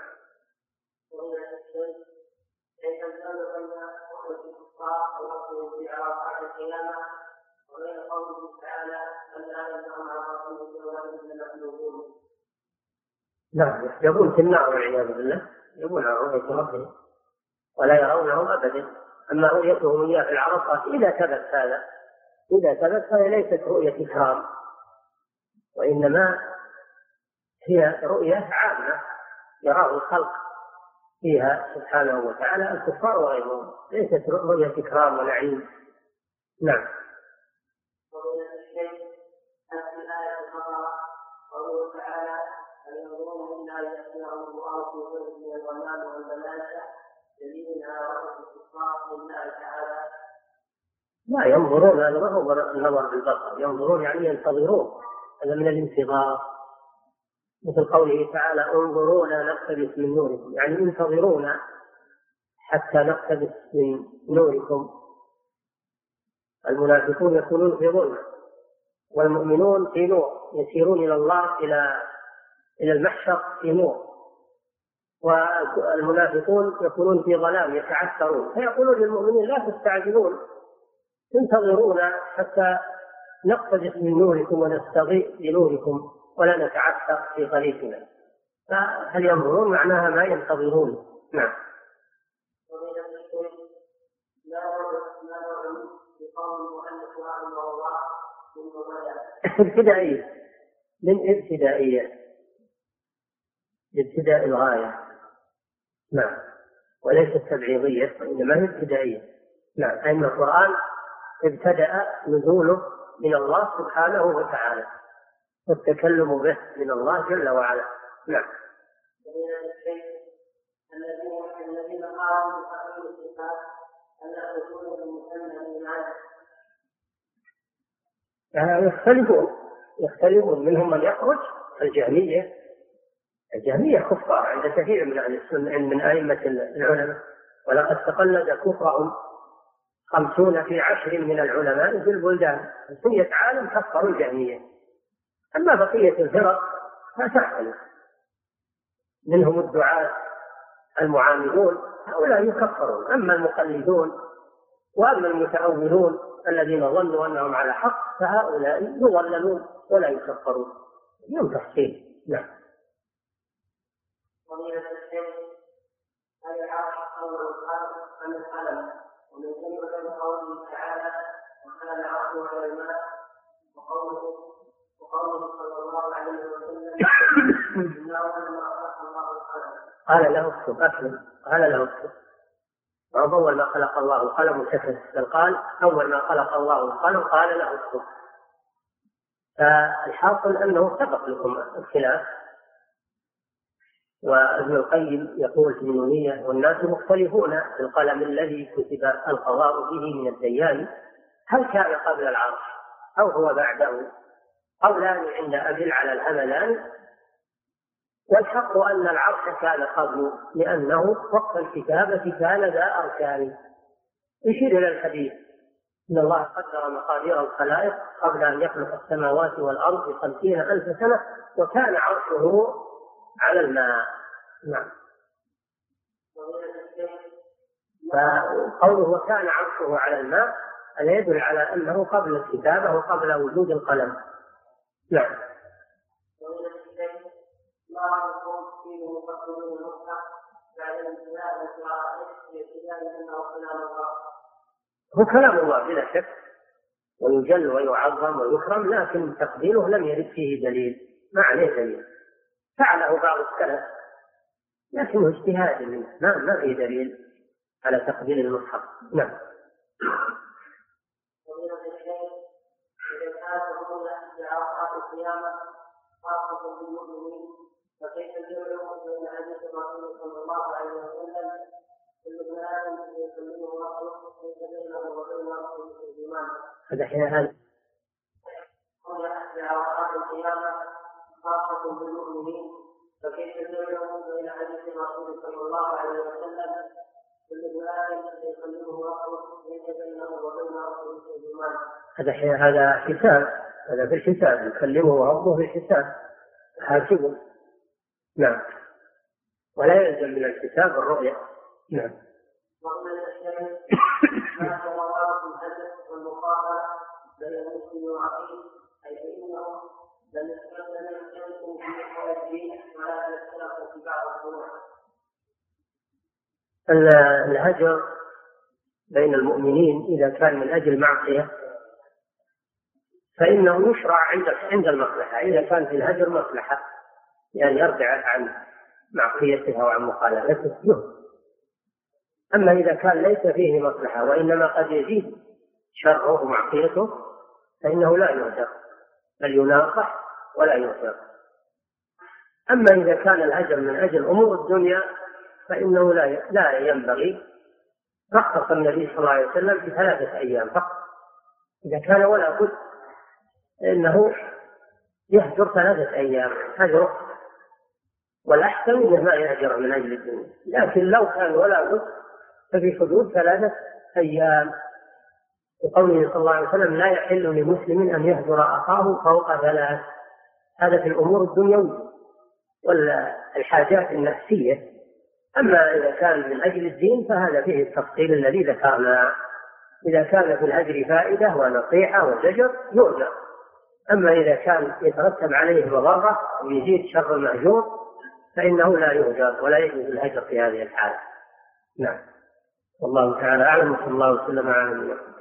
نعم، يحجبون في النار والعياذ بالله، يقول عن رؤية ربهم ولا يرونهم أبدا. أما رؤيتهم إياه في العرصات إذا ثبت هذا إذا ثبت فهي ليست رؤية إكرام، وإنما هي رؤية عامة يراه الخلق فيها سبحانه وتعالى، الكفار وغيرهم، ليست رؤية إكرام ونعيم. نعم. لا ينظرون، هذا ما هو النظر بالبصر، ينظرون يعني ينتظرون هذا من الانتظار، مثل قوله تعالى انظرونا نقتبس من نوركم، يعني انتظرونا حتى نقتبس من نوركم. المنافقون يكونون في ظلمة والمؤمنون في نور، يسيرون إلى الله إلى إلى المحشر في نور، والمنافقون يكونون في ظلام يتعثرون، فيقولون للمؤمنين لا تستعجلون انتظرونا حتى نقتبس من نوركم ونستضيء بنوركم ولا نتعثر في طريقنا. فهل ينظرون معناها ما ينتظرون. نعم. ابتدائية من ابتدائية ابتداء الغاية. نعم، وليست تبعيضية وإنما هي ابتدائية. نعم، أن القرآن ابتدأ نزوله من الله سبحانه وتعالى والتكلم به من الله جل وعلا. نعم. الذين قالوا بتحويل الصفات ألا تكون المثنى يعني يختلفون يختلفون منهم من يخرج الجهمية الجهمية كفار عند كثير من أهل السنة من أئمة العلماء، ولقد تقلد كفرهم خمسون في عشر من العلماء في البلدان، بقية عالم كفروا الجهمية. أما بقية الفرق فتختلف، منهم الدعاة المعاندون هؤلاء يكفرون، أما المقلدون وأما المتأولون الذين ظنوا أنهم على حق فهؤلاء يضللون ولا يكفرون. يوم تحصيل. نعم. ومن الشيء أن العرش أول الخلق عن القلم، ومن جملة قوله تعالى وكان العرش على الماء، وقوله وقوله صلى الله عليه وسلم إنه لما خلق الله القلم قال له اكتب أكتب قال له اكتب. أول ما خلق الله القلم وسكت، بل قال أول ما خلق الله القلم قال له اكتب. فالحاصل أنه سبق لكم الخلاف، وابن القيم يقول في النونية والناس مختلفون في القلم الذي كتب القضاء به من الديان، هل كان قبل العرش أو هو بعده؟ قولان عند أبي على الهملان، والحق أن العرش كان قبله لأنه وقت الكتابة كان ذا أركان. يشير إلى الحديث إن الله قدر مقادير الخلائق قبل أن يخلق السماوات والأرض بخمسين ألف سنة وكان عرشه على الماء. نعم. فقوله وكان عرشه على الماء هذا يدل على أنه قبل الكتابة وقبل وجود القلم. نعم. هو كلام الله بلا شك ويجل ويعظم ويكرم، لكن تقديره لم يرد فيه دليل، ما عليه دليل. فعله بعض السلف لكنه اجتهاد منه، ما ما في دليل على تقدير المصحف. نعم. خاصة بالمؤمنين، فكيف الجمع بين حديث الرسول صلى الله عليه وسلم كل آدم يكلمه ربه ليس بينه وبين ربه ترجمان. هذا حين هذا قول أحد عرفات القيامة خاصة بالمؤمنين، فكيف الجمع بين حديث الرسول صلى الله عليه وسلم كل آدم يكلمه ربه ليس بينه وبين ربه ترجمان. هذا حين هذا حساب، هذا في الحساب يكلمه ربه في الحساب حاسبه. نعم. ولا يلزم من الحساب الرؤية. نعم. ومن الأشياء ما تمرات الهدف والمقابلة بين المسلم والعقيد، أي فإنه لم يختلفوا في حياة الدين ولا يختلفوا في بعض الفروع. الهجر بين المؤمنين إذا كان من أجل معصية فإنه يشرع عند عند المصلحة، إذا كان في الهجر مصلحة يعني يرجع عن معصيتها وعن مخالفته. أما إذا كان ليس فيه مصلحة وإنما قد يزيد شره ومعصيته فإنه لا يهجر، بل يناصح ولا يهجر. أما إذا كان الهجر من أجل أمور الدنيا فإنه لا لا ينبغي. رخص النبي صلى الله عليه وسلم في ثلاثة أيام فقط إذا كان ولا بد، إنه يهجر ثلاثة أيام هجر، والأحسن إنه ما يهجر من أجل الدنيا، لكن لو كان ولا بد ففي حدود ثلاثة أيام، وقوله صلى الله عليه وسلم لا يحل لمسلم أن يهجر أخاه فوق ثلاث. هذا في الأمور الدنيوية والحاجات النفسية. أما إذا كان من أجل الدين فهذا فيه التفصيل الذي ذكرنا. إذا كان في الأجر فائدة ونصيحة وزجر يؤجر، أما إذا كان يترتب عليه مضرة ويزيد شر المهجور فإنه لا يهجر ولا يجوز الهجر في هذه الحالة. نعم، والله تعالى أعلم، وصلى الله وسلم على نبينا.